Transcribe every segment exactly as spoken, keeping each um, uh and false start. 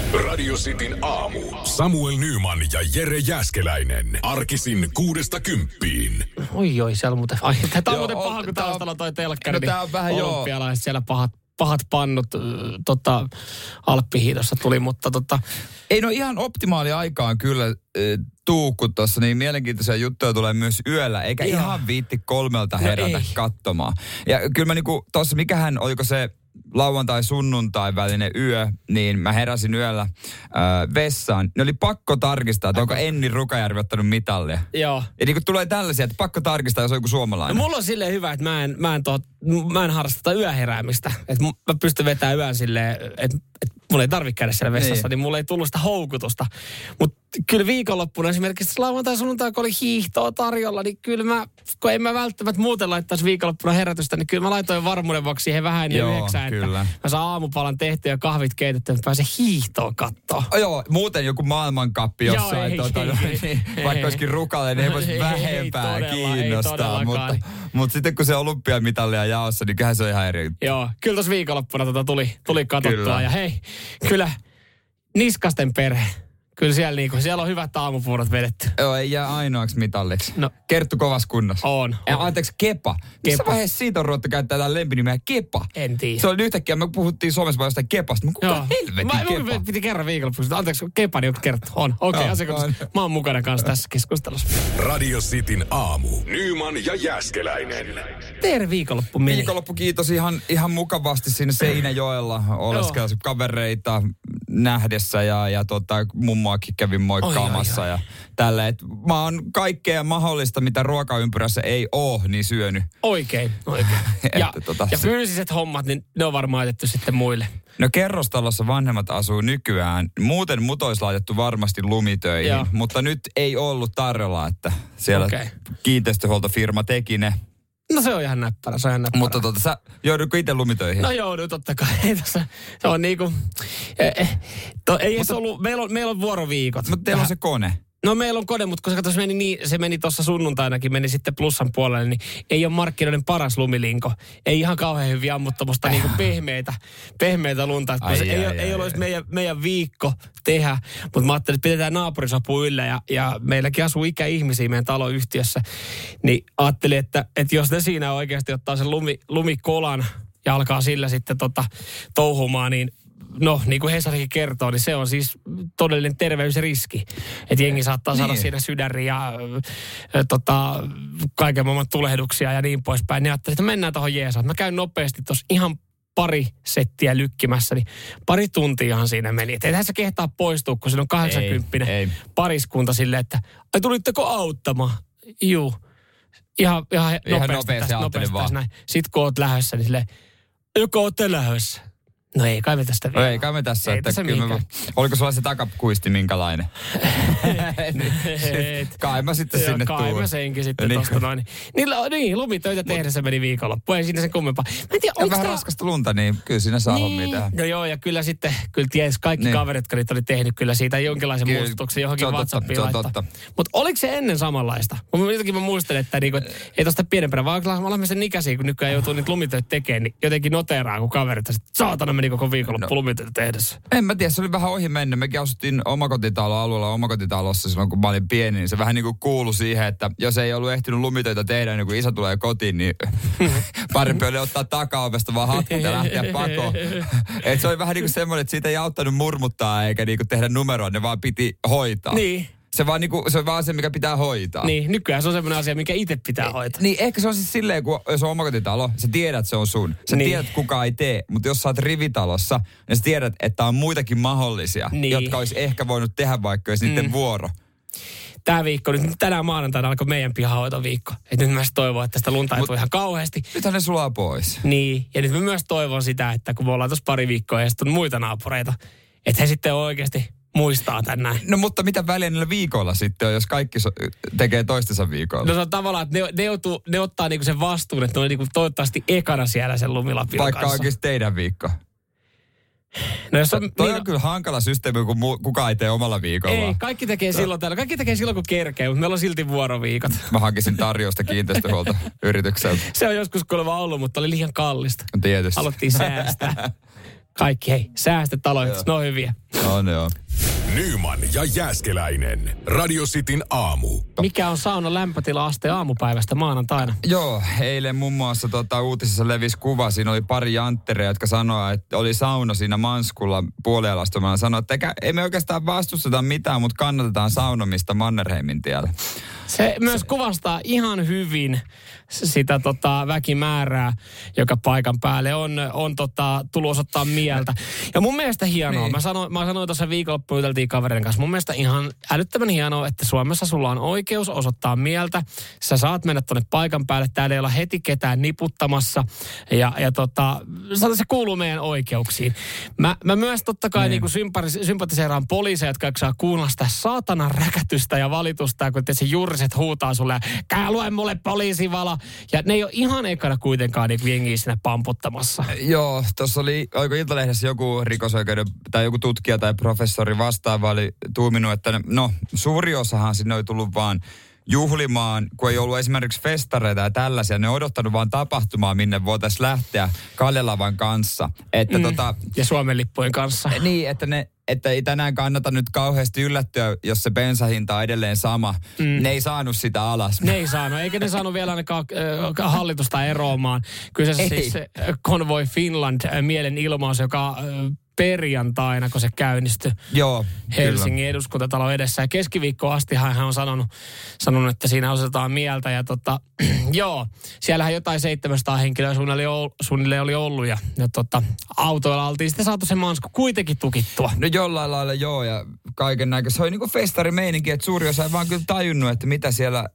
Radio Cityn aamu. Samuel Nyman ja Jere Jääskeläinen. Arkisin kuudesta kymppiin. Oi oi, siellä on muuten... Ai, tää on muuten paha, kun taustalla toi telkkari. No tää on vähän joo. Olympialaiset siellä pahat, pahat pannut äh, tota, Alppihiidossa tuli, mutta tota... Ei no ihan optimaali aikaan kyllä äh, tuu, kun tuossa niin mielenkiintoisia juttuja tulee myös yöllä, eikä Joo. ihan viitti kolmelta herätä no katsomaan. Ja kyllä mä niinku tuossa, mikähän, oliko se lauantai-sunnuntai välinen yö, niin mä heräsin yöllä äh, vessaan. Ne oli pakko tarkistaa, että onko Enni Rukajärvi ottanut mitallia. Joo. Ja niin kun tulee tällaisia, että pakko tarkistaa, jos on joku suomalainen. No mulla on silleen hyvä, että mä en, mä en, tohot, mä en harrasta yöheräämistä. Että mä pystyn vetämään yön silleen, että, että mulla ei tarvitse käydä siellä vessassa, niin, niin mulla ei tullut sitä houkutusta. Mutta kyllä viikonloppuna esimerkiksi lauantai-sunnuntai, kun oli hiihtoa tarjolla, niin kyllä mä, kun en mä välttämättä muuten laittaisi viikonloppuna herätystä, niin kyllä mä laitoin varmuuden vuoksi siihen vähän ennen yhdeksään, että mä saan aamupalan tehtyä ja kahvit keitettyä, että pääsen hiihtoon kattoon. Oh, joo, muuten joku maailmankappi jossain, joo, ei, tuota, ei, no, ei, niin, ei, vaikka ei, olisikin rukalle, niin ei voisi vähempää ei todella, kiinnostaa. Ei mutta, mutta sitten kun se olympiamitalia jaossa, niin kyllähän se on ihan eri. Joo, kyllä tuossa viikonloppuna tota tuli, tuli katsottua kyllä. Ja hei, kyllä Niskasten perhe. Kyllä siellä, niinku, siellä on hyvät aamupuurot vedetty. Joo, ei jää ainoaksi mitalliksi. No. Kerttu kovassa kunnossa. On. on. Ja anteeksi, Kepa. Missä vaiheessa siitä on ruvettu käyttää tämän lempinimeä Kepa? En tiedä. Se oli yhtäkkiä, me puhuttiin Suomessa vaan jostain Kepasta. Mä kuka helvetin mä, Kepa? Mä piti kerran viikonlopuksi. Anteeksi, Kepa, niin Kerttu. On. Okei, okay, asiakas. Mä oon mukana kanssa tässä keskustelussa. Radio Cityn aamu. Nyman ja Jääskeläinen. Teidän viikonloppu meni. Viikonloppu kiitos ihan, ihan mukavasti siinä Seinäjoella. Oleskelasi kavereita nähdessä ja, ja tota, mummoakin kävin moikkaamassa oi, oi, oi. Ja tällä. Et mä oon kaikkea mahdollista, mitä ruokaympyrässä ei oo, niin syönyt. Oikein, oikein. ja, tota, ja fyysiset hommat, niin ne on varmaan laitettu sitten muille. No kerrostalossa vanhemmat asuu nykyään. Muuten mut olisi laitettu varmasti lumitöihin, Joo. mutta nyt ei ollut tarjolla, että siellä okay. kiinteistöhuoltofirma teki ne. No se on ihan näppärä, se on ihan näppärä. Mutta tota, sä joudutko itse lumitöihin? No joudun totta kai. Ei tossa, se on niinku, eh, to, ei mutta, ollut, meillä on, meillä on vuoroviikot. Mutta teillä on se kone. No meillä on kone, mutta kun se, kato, se meni, niin, se meni tuossa sunnuntainakin, meni sitten plussan puolelle, niin ei ole markkinoiden paras lumilinko. Ei ihan kauhean hyvin ammuttu musta niinku pehmeitä, pehmeitä lunta. Ai, se ai, ei, ai, ei ai, olisi ai. Meidän, meidän viikko tehdä, mutta mä ajattelin, että pidetään naapurisapu yllä ja, ja meilläkin asuu ikäihmisiä meidän taloyhtiössä. Niin ajattelin, että, että jos ne siinä oikeasti ottaa sen lumi, lumikolan ja alkaa sillä sitten tota, touhumaan, niin no, niin kuin Hesarikin kertoo, niin se on siis todellinen terveysriski. Että jengi saattaa niin. saada siinä sydäri ja ä, tota, kaiken maailman tulehduksia ja niin poispäin. Niin ajattelin, että mennään tuohon jeesaan. Mä käyn nopeasti tuossa ihan pari settiä lykkimässä, niin pari tuntiahan siinä meni. Että eihän se kehtaa poistua, kun siinä on kahdeksankymppinen ei, ei. pariskunta silleen, että ai tulitteko auttamaan? Juu. Ihan, ihan, ihan nopeasti, nopeasti tästä, nopeasti tästä näin. Sitten kun oot lähdössä, niin silleen, joko ootte lähdössä? No ei kai me tästä vielä. No ei kai me tässä. Ei että tässä mä, oliko sulla se takakuisti minkälainen? kai mä sitten Joo, sinne kai tuun. Kai mä senkin sitten niin. tosta noin. Niin, niin lumitöitä tehdessä meni viikonloppu. Ei siinä sen kummempaa. Mä en tiedä, ja vähän tää... raskasta lunta, niin kyllä siinä saa niin. hommia tehdä. No joo, ja kyllä sitten, kyllä ties kaikki niin. kaverit, jotka niitä oli tehnyt kyllä siitä jonkinlaisen kyllä, muistutuksen johonkin WhatsAppiin laittaa. Mutta oliko se ennen samanlaista? Jotenkin mä muistelen, että niinku, et, ei tosta pienempänä, vaan olemme sen ikäisiä, kun nykyään joutuu niitä lumitöitä tekemään, niin jotenkin noteraa, kun kaverit, että saatana meni koko viikonloppu no. lumitöitä tehdessä. En mä tiedä, se oli vähän ohi mennyt. Mekin asuttiin omakotitalo-alueella omakotitalossa silloin, kun mä olin pieni, niin se vähän niin kuin kuului siihen, että jos ei ollut ehtinyt lumitöitä tehdä, niin kun isä tulee kotiin, niin parempi oli ottaa takaovesta vaan hatkut ja lähteä pakoon. Et se oli vähän niin kuin semmoinen, että siitä ei auttanut murmuttaa eikä niin kuin tehdä numeroa, ne vaan piti hoitaa. Niin. Se, vaan niinku, se on vaan asia, mikä pitää hoitaa. Niin, nykyään se on semmoinen asia, mikä itse pitää hoitaa. Niin, ehkä se on siis silleen, kun jos on omakotitalo, sä tiedät, että se on sun. Sä niin. tiedät, kuka ei tee. Mutta jos sä oot rivitalossa, niin sä tiedät, että on muitakin mahdollisia, niin. jotka olisi ehkä voinut tehdä, vaikka olisi mm. niiden vuoro. Tämä viikko, nyt tänään maanantaina alkoi meidän pihahoitoviikko. Että nyt mä myös toivon, että tästä lunta ei tule ihan kauheasti. Nythän ne sulaa pois. Niin, ja nyt mä myös toivon sitä, että kun me ollaan tuossa pari viikkoa ja sitten on muita naapureita, että he sitten oikeasti muistaa tän näin. No mutta mitä väliä niillä viikoilla sitten on, jos kaikki so- tekee toistensa viikoilla? No se on tavallaan, että ne, ne, joutuu, ne ottaa niinku sen vastuun, että ne on niinku toivottavasti ekana siellä sen lumilapin Vaikka kanssa. Vaikka oikeasti teidän viikko. No jos on, toi niin, on kyllä hankala systeemi, kun mu- kukaan ei tee omalla viikolla. Ei, kaikki tekee to. silloin täällä. Kaikki tekee silloin, kun kerkee, mutta meillä on silti vuoroviikot. Mä hakisin tarjousta kiinteistöhuoltoyritykseltä. Se on joskus kuulemma ollut, mutta oli liian kallista. Tietysti. Haluttiin säästää. Kaikki, hei, säästötaloja, ne on hyviä. On joo. Nyman ja Jääskeläinen. Radio Cityn aamu. Mikä on saunan lämpötila-aste aamupäivästä maanantaina? Joo, eilen muun muassa tota, uutisissa levisi kuva. Siinä oli pari jantteria, jotka sanoivat, että oli sauna siinä Manskulla puolialastomalla. Sanoi, että eikä, ei me oikeastaan vastusteta mitään, mutta kannatetaan saunomista Mannerheimin tiellä. Se myös kuvastaa ihan hyvin sitä tota, väkimäärää, joka paikan päälle on, on tota, tullut osoittaa mieltä. Ja mun mielestä hienoa, niin. mä sanoin, mä sanoin tuossa viikonloppuun juteltiin kavereiden kanssa, mun mielestä ihan älyttömän hienoa, että Suomessa sulla on oikeus osoittaa mieltä. Sä saat mennä tonne paikan päälle, täällä ei olla heti ketään niputtamassa. Ja, ja tota, se kuuluu meidän oikeuksiin. Mä, mä myös totta kai niin. niin sympatiseeraan poliiseja, jotka saa kuunnella sitä saatanan räkätystä ja valitusta, kun se juriset huutaa sulle, käy lue mulle poliisivala. Ja ne ei ole ihan ekana kuitenkaan niin jengiä siinä pamputtamassa. Joo, tuossa oli, oliko Iltalehdessä joku rikosoikeuden, tai joku tutkija tai professori vastaava oli tuuminut, että no suuri osahan sinne oli tullut vaan juhlimaan, kun ei ollut esimerkiksi festareita ja tällaisia. Ne on odottanut vaan tapahtumaa, minne voitaisiin lähteä Kaljalavan kanssa. Että mm. tota, ja Suomen lippujen kanssa. Niin, että ne että ei tänään kannata nyt kauheasti yllättyä, jos se bensahinta on edelleen sama. Mm. Ne ei saanut sitä alas. Ne ei saanut, eikä ne saanut vielä ainakaan äh, hallitusta eroamaan. Kyllä se ei. Siis äh, Convoy Finland äh, mielenilmaus, joka äh, perjantaina, kun se käynnistyi Joo, Helsingin kyllä. eduskuntatalon edessä. Ja keskiviikkoon asti hän on sanonut, sanonut, että siinä osataan mieltä. Ja tota, joo, siellähän jotain seitsemänsataa henkilöä suunnilleen oli ollut. Ja, ja tota, autoilla oltiin sitten saatu se Mansku kuitenkin tukittua. No jollain lailla joo, ja kaiken näköistä. Se oli niinku festarimeininki, että suuri osa ei vaan kyllä tajunnut, että mitä siellä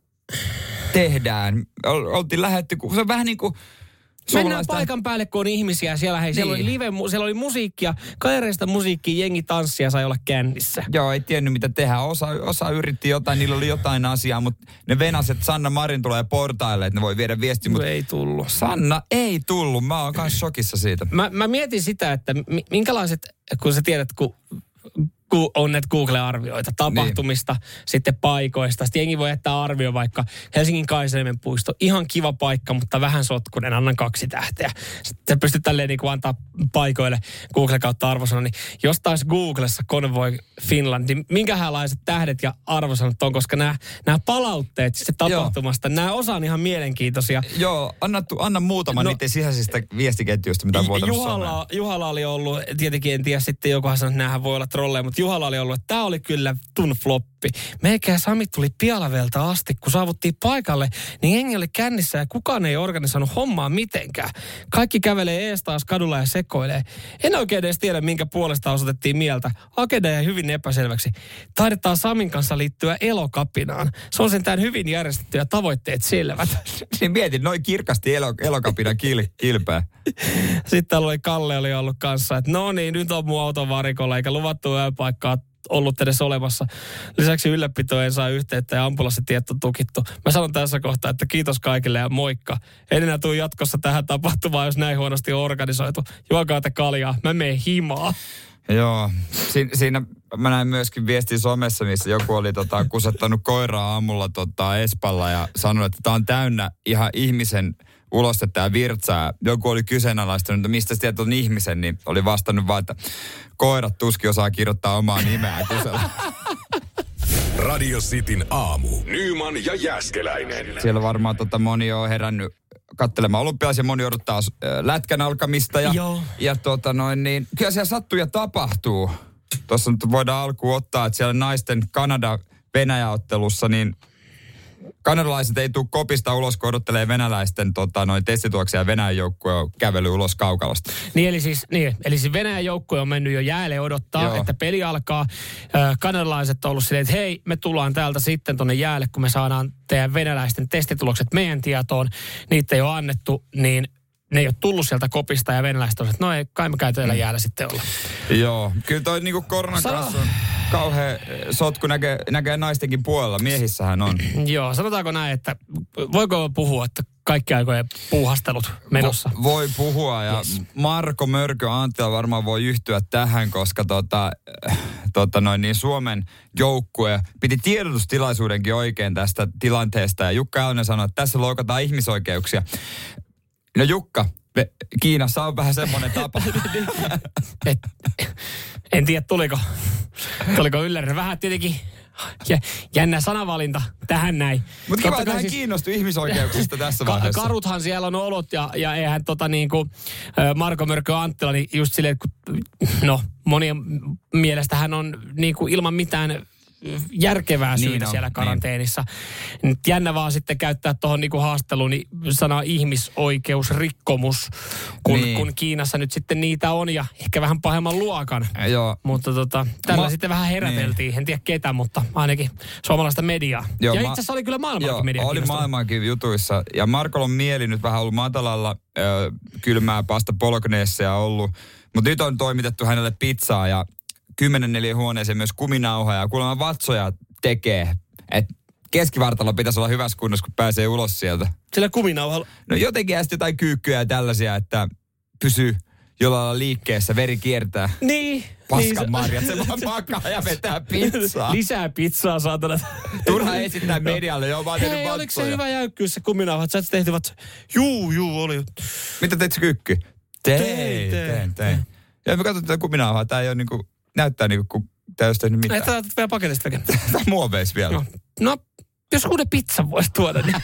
tehdään. Oltiin lähdetty, se on vähän niin kuin mennään paikan päälle, kun on ihmisiä. Siellä, hei, niin. siellä, oli live, siellä oli musiikkia, kaireista musiikkia, jengi tanssia sai olla kännissä. Joo, ei tiennyt mitä tehdä. Osa, osa yritti jotain, niillä oli jotain asiaa, mutta ne venaset, Sanna Marin tulee portaille, että ne voi viedä viesti. Mutta ei tullut. Sanna ei tullut, mä oon kanssa shokissa siitä. Mä, mä mietin sitä, että minkälaiset, kun sä tiedät, kun on näitä Google-arvioita tapahtumista, niin. sitten paikoista. Sitten jengi voi jättää arvio vaikka Helsingin Kaisaniemen puisto. Ihan kiva paikka, mutta vähän sotkunen. Annan kaksi tähteä. Sitten pystyt tälleen niin kuin antaa paikoille Google kautta arvosana. Niin jos taas Googlessa Convoy Finland, niin minkähänlaiset tähdet ja arvosanat on, koska nämä, nämä palautteet siis tapahtumasta, Joo. nämä osa on ihan mielenkiintoisia. Joo, anna, anna muutama no, niiden sisäisistä viestiketjuista, mitä on vuotanut Juhalla, Juhalla oli ollut, tietenkin en tiedä sitten, jokohan sanoi, että näähän voi olla trolleja, mutta Juhalla oli ollut, että tämä oli kyllä tun floppi. Meikä ja Sami tuli Pialavelta asti, kun saavuttiin paikalle, niin jengi oli kännissä ja kukaan ei organisoinut hommaa mitenkään. Kaikki kävelee ees taas kadulla ja sekoilee. En oikein edes tiedä, minkä puolesta osoitettiin mieltä. Agenda jäi hyvin epäselväksi. Taidetaan Samin kanssa liittyä elokapinaan. Se on sentään hyvin järjestetty ja tavoitteet selvät. Niin mietin, noin kirkasti elo, elokapinan kil, kilpeä. Sitten täällä oli Kalle oli ollut kanssa, että no niin, nyt on mun auton varikolla, eikä luvattu yöpaikkaa ollut edes olemassa. Lisäksi ylläpitoon ei saa yhteyttä ja ambulanssitiet on tukittu. Mä sanon tässä kohtaa, että kiitos kaikille ja moikka. En enää tule jatkossa tähän tapahtumaan, jos näin huonosti on organisoitu. Juokaa te kaljaa, mä menen himaa. Joo, si- siinä mä näin myöskin viestiä somessa, missä joku oli tota, kusettanut koiraa aamulla tota, Espalla ja sanonut, että tää on täynnä ihan ihmisen ulostetta ja virtsaa. Joku oli kyseenalaistanut, että mistä sä tiedät on ihmisen, niin oli vastannut vaan, että koirat tuskin osaa kirjoittaa omaa nimeään kysellä. Radio Cityn aamu. Nyman ja Jääskeläinen. Siellä varmaan tota, moni on herännyt katselemaan olympialaisia, moni odottaa äh, lätkän alkamista. Ja, Joo. ja tota noin, niin kyllä siellä sattuu ja tapahtuu. Tuossa nyt voidaan alkuun ottaa, että siellä naisten Kanada-Venäjä-ottelussa, niin kanadalaiset ei tule kopista ulos, kun odottelee venäläisten tota, noin testituoksia ja Venäjän joukkue on kävellyt ulos kaukalosta. Niin eli siis, niin, eli siis Venäjän joukkue on mennyt jo jäälle odottaa, Joo. että peli alkaa. Äh, kanadalaiset on ollut silleen, että hei, me tullaan täältä sitten tonne jäälle, kun me saadaan teidän venäläisten testitulokset meidän tietoon. Niitä ei ole annettu, niin ne ei ole tullut sieltä kopista ja venäläiset on, että no ei, kai me käy teillä jäällä sitten olla. Joo, kyllä toi niinku koronan kanssa on kauhean sotku näkee, näkee naistenkin puolella. Miehissähän on. Joo, sanotaanko näin, että voiko puhua, että kaikki aikojen puuhastelut menossa? Vo, voi puhua ja yes. Marko Mörkö Anttila varmaan voi yhtyä tähän, koska tota, tota noin, niin Suomen joukkue piti tiedotustilaisuudenkin oikein tästä tilanteesta. Ja Jukka Älönen sanoi, että tässä loukataan ihmisoikeuksia. No Jukka, Kiinassa on vähän semmoinen tapa. et, En tiedä, tuliko, tuliko ylläri. Vähän tietenkin jännä sanavalinta tähän näin. Mutta kiva, että hän siis kiinnostui ihmisoikeuksista tässä vaiheessa. Karuthan siellä on olot ja, ja eihän tota niin kuin Marko Mörkö Anttila, niin just silleen, kun no monien mielestä hän on niin kuin ilman mitään järkevää syytä niin on, siellä karanteenissa. Niin. Jännä vaan sitten käyttää tuohon niinku haasteluun niin sanaa ihmisoikeusrikkomus, kun, niin. kun Kiinassa nyt sitten niitä on ja ehkä vähän pahemman luokan. Joo. Mutta tota, tällä Ma- sitten vähän heräteltiin. Niin. En tiedä ketä, mutta ainakin suomalaista mediaa. Joo, ja ma- itse asiassa oli kyllä maailmankin media. Oli maailmankin jutuissa. Ja Markolla on mieli nyt vähän ollut matalalla, äh, kylmää pasta polkneessa ollut. Mutta nyt on toimitettu hänelle pizzaa ja kymmenen neljä huoneeseen myös kuminauhaa ja kuulemma vatsoja tekee. Että keskivartalo pitäisi olla hyvässä kunnossa, kun pääsee ulos sieltä. Sillä kuminauhalla? No jotenkin ja sitten jotain kyykkyjä ja tällaisia, että pysyy jollain lailla liikkeessä, veri kiertää. Niin. Paskan niin, marjat, se vaan makaa ja vetää pizzaa. Lisää pizzaa, saatana. Turha esittää medialle, joo, vaan tehnyt vatsoja. Hei, oliko se hyvä jäykkyys se kuminauha? Sä et tehty vatsoja. Juu, juu, oli. Mitä teit se kyykky? Tein, tein, tein. Ja me katsotaan tätä kuminauhaa, tää ei ole niinku, näyttää niinku, kun tää ei ole tehnyt mitään. Ei, tää on vielä paketista tekemään. Tää muoveis vielä. No, no jos uuden pizzan voisi tuoda, niin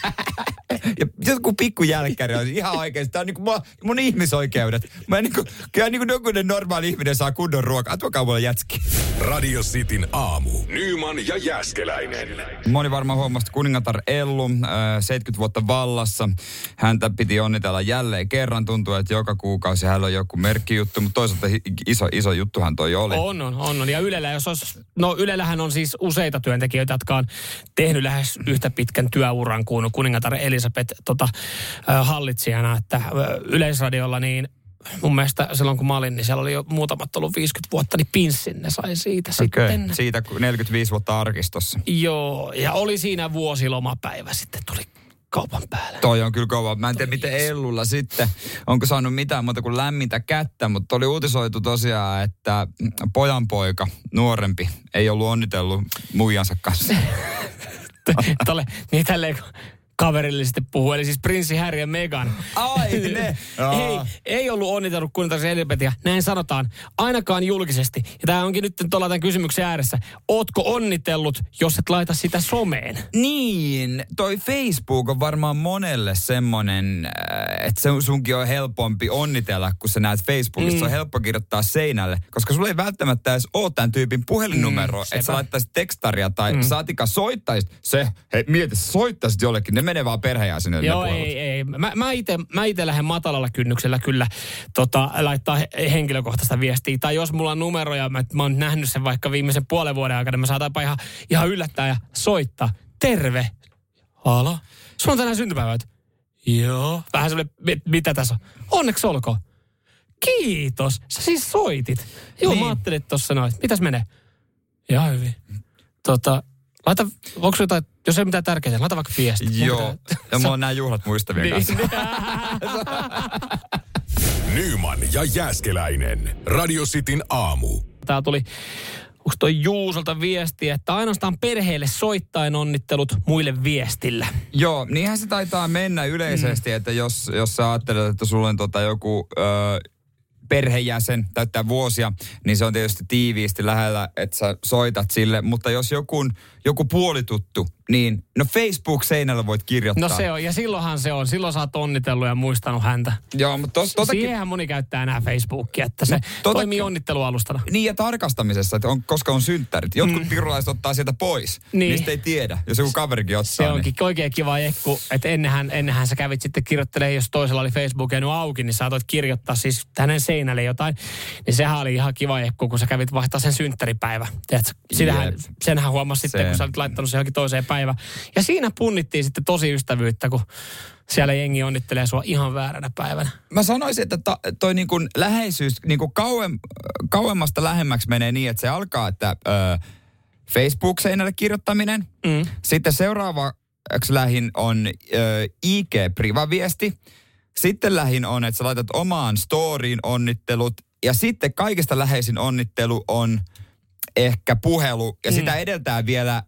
ja joku pikku jälkkäri on ihan oikeasti. Tämä on niinku mun, mun ihmisoikeudet. Mä en niinku, kyllä niinku jokunen normaali ihminen saa kunnon ruokaa. Tuokaa mulle jätski. Radio Cityn aamu. Nyman ja Jääskeläinen. Moni varmaan huomasi, kuningatar Ellu, äh, seitsemänkymmentä vuotta vallassa. Häntä piti onnitella jälleen kerran. Tuntuu, että joka kuukausi hänellä on joku merkkijuttu, mutta toisaalta iso, iso juttuhan toi oli. On, on, on. on. Ja Ylellä, jos olisi, no Ylellähän on siis useita työntekijöitä, jotka on tehnyt lähes yhtä pitkän työuran kuin kuningatar Elisabeth tota, äh, hallitsijana, että äh, Yleisradiolla niin mun mielestä silloin kun mä olin, niin siellä oli jo muutamat ollut viisikymmentä vuotta, niin pinssin ne sai siitä okay. sitten. Siitä neljäkymmentäviisi vuotta arkistossa. Joo, ja oli siinä vuosilomapäivä sitten, tuli kaupan päälle. Toi on kyllä kova. Mä en tiedä, miten Ellulla sitten, onko saanut mitään muuta kuin lämmintä kättä, mutta oli uutisoitu tosiaan, että pojanpoika, nuorempi, ei ollut onnitellut muijansa kanssa. Tolle, niin tälleen kaverillisesti puhuu, eli siis prinssi Harry ja Meghan. Ai ne! ei, ei ollut onnitellut kuningatar Elisabetia, näin sanotaan, ainakaan julkisesti. Ja tämä onkin nyt tuolla tämän kysymyksen ääressä. Ootko onnitellut, jos et laita sitä someen? Niin, toi Facebook on varmaan monelle semmonen, että se sunkin on helpompi onnitella, kun sä näet Facebookissa. Mm. Se on helppo kirjoittaa seinälle, koska sulla ei välttämättä edes ole tämän tyypin puhelinnumero, mm, että sä laittaisit tekstaria tai mm. saatika soittaisit. Se, hei mieti, soittaisit jollekin, ne menee vaan perheenjäsenelle. Joo, ei, ei. Mä, mä ite, mä ite lähden matalalla kynnyksellä kyllä tota, laittaa he, henkilökohtaista viestiä. Tai jos mulla on numeroja, mä, mä oon nähnyt sen vaikka viimeisen puolen vuoden aikana, mä saataanpa ihan, ihan yllättää ja soittaa. Terve. Halo? Sulla on tänään syntypäivät. Joo. Vähän semmoinen, mitä tässä on? Onneksi olkoon. Kiitos. Sä siis soitit. Joo, niin. Mä ajattelin tossa noin. Mitäs menee? Ihan hyvin. Tota... Laita, onko jotain, jos ei mitään tärkeää, laita vaikka viesti. Joo, ja mulla on nämä juhlat muistavien kanssa. Nyman ja Jääskeläinen. Radio Cityn aamu. Tää tuli, onko toi Juusolta viesti, että ainoastaan perheelle soittaen onnittelut muille viestillä. Joo, niinhän se taitaa mennä yleisesti, mm. että jos, jos sä ajattelet, että sulla on tota joku... Öö, perhejäsen täyttää vuosia, niin se on tietysti tiiviisti lähellä, että sä soitat sille. Mutta jos joku, joku puolituttu, niin no Facebook-seinällä voit kirjoittaa. No se on, ja silloinhan se on. Silloin sä oot onnitellut ja muistanut häntä. Joo, mutta tos, totakin... Siihenhän moni käyttää enää Facebookia, että se totakin... toimii onnittelualustana. Niin ja tarkastamisessa, että on, koska on synttärit. Jotkut mm. pirulaiset ottaa sieltä pois. Niin. Niistä ei tiedä, jos joku kaverikin ottaa. Se onkin niin. Oikein kiva jekku, että ennenhän, ennenhän sä kävit sitten kirjoittelemaan, jos toisella oli Facebook jäänyt auki, niin saatoit kirjoittaa siis hänen seinälle jotain. Niin sehän oli ihan kiva jekku, kun sä kävit vaihtaa sen synttäripäivä. Sitähän, senhän huomasi sitten, se. Kun sä olit laittanut se johonkin toiseen päivään. Ja siinä punnittiin sitten tosi ystävyyttä, kun siellä jengi onnittelee sua ihan vääränä päivänä. Mä sanoisin, että ta, toi niin kuin läheisyys niin kuin kauem, kauemmasta lähemmäksi menee niin, että se alkaa, että ö, Facebook-seinälle kirjoittaminen. Mm. Sitten seuraavaksi lähin on ö, I G-privaviesti. Sitten lähin on, että sä laitat omaan storyin onnittelut. Ja sitten kaikista läheisin onnittelu on ehkä puhelu. Ja mm. sitä edeltää vielä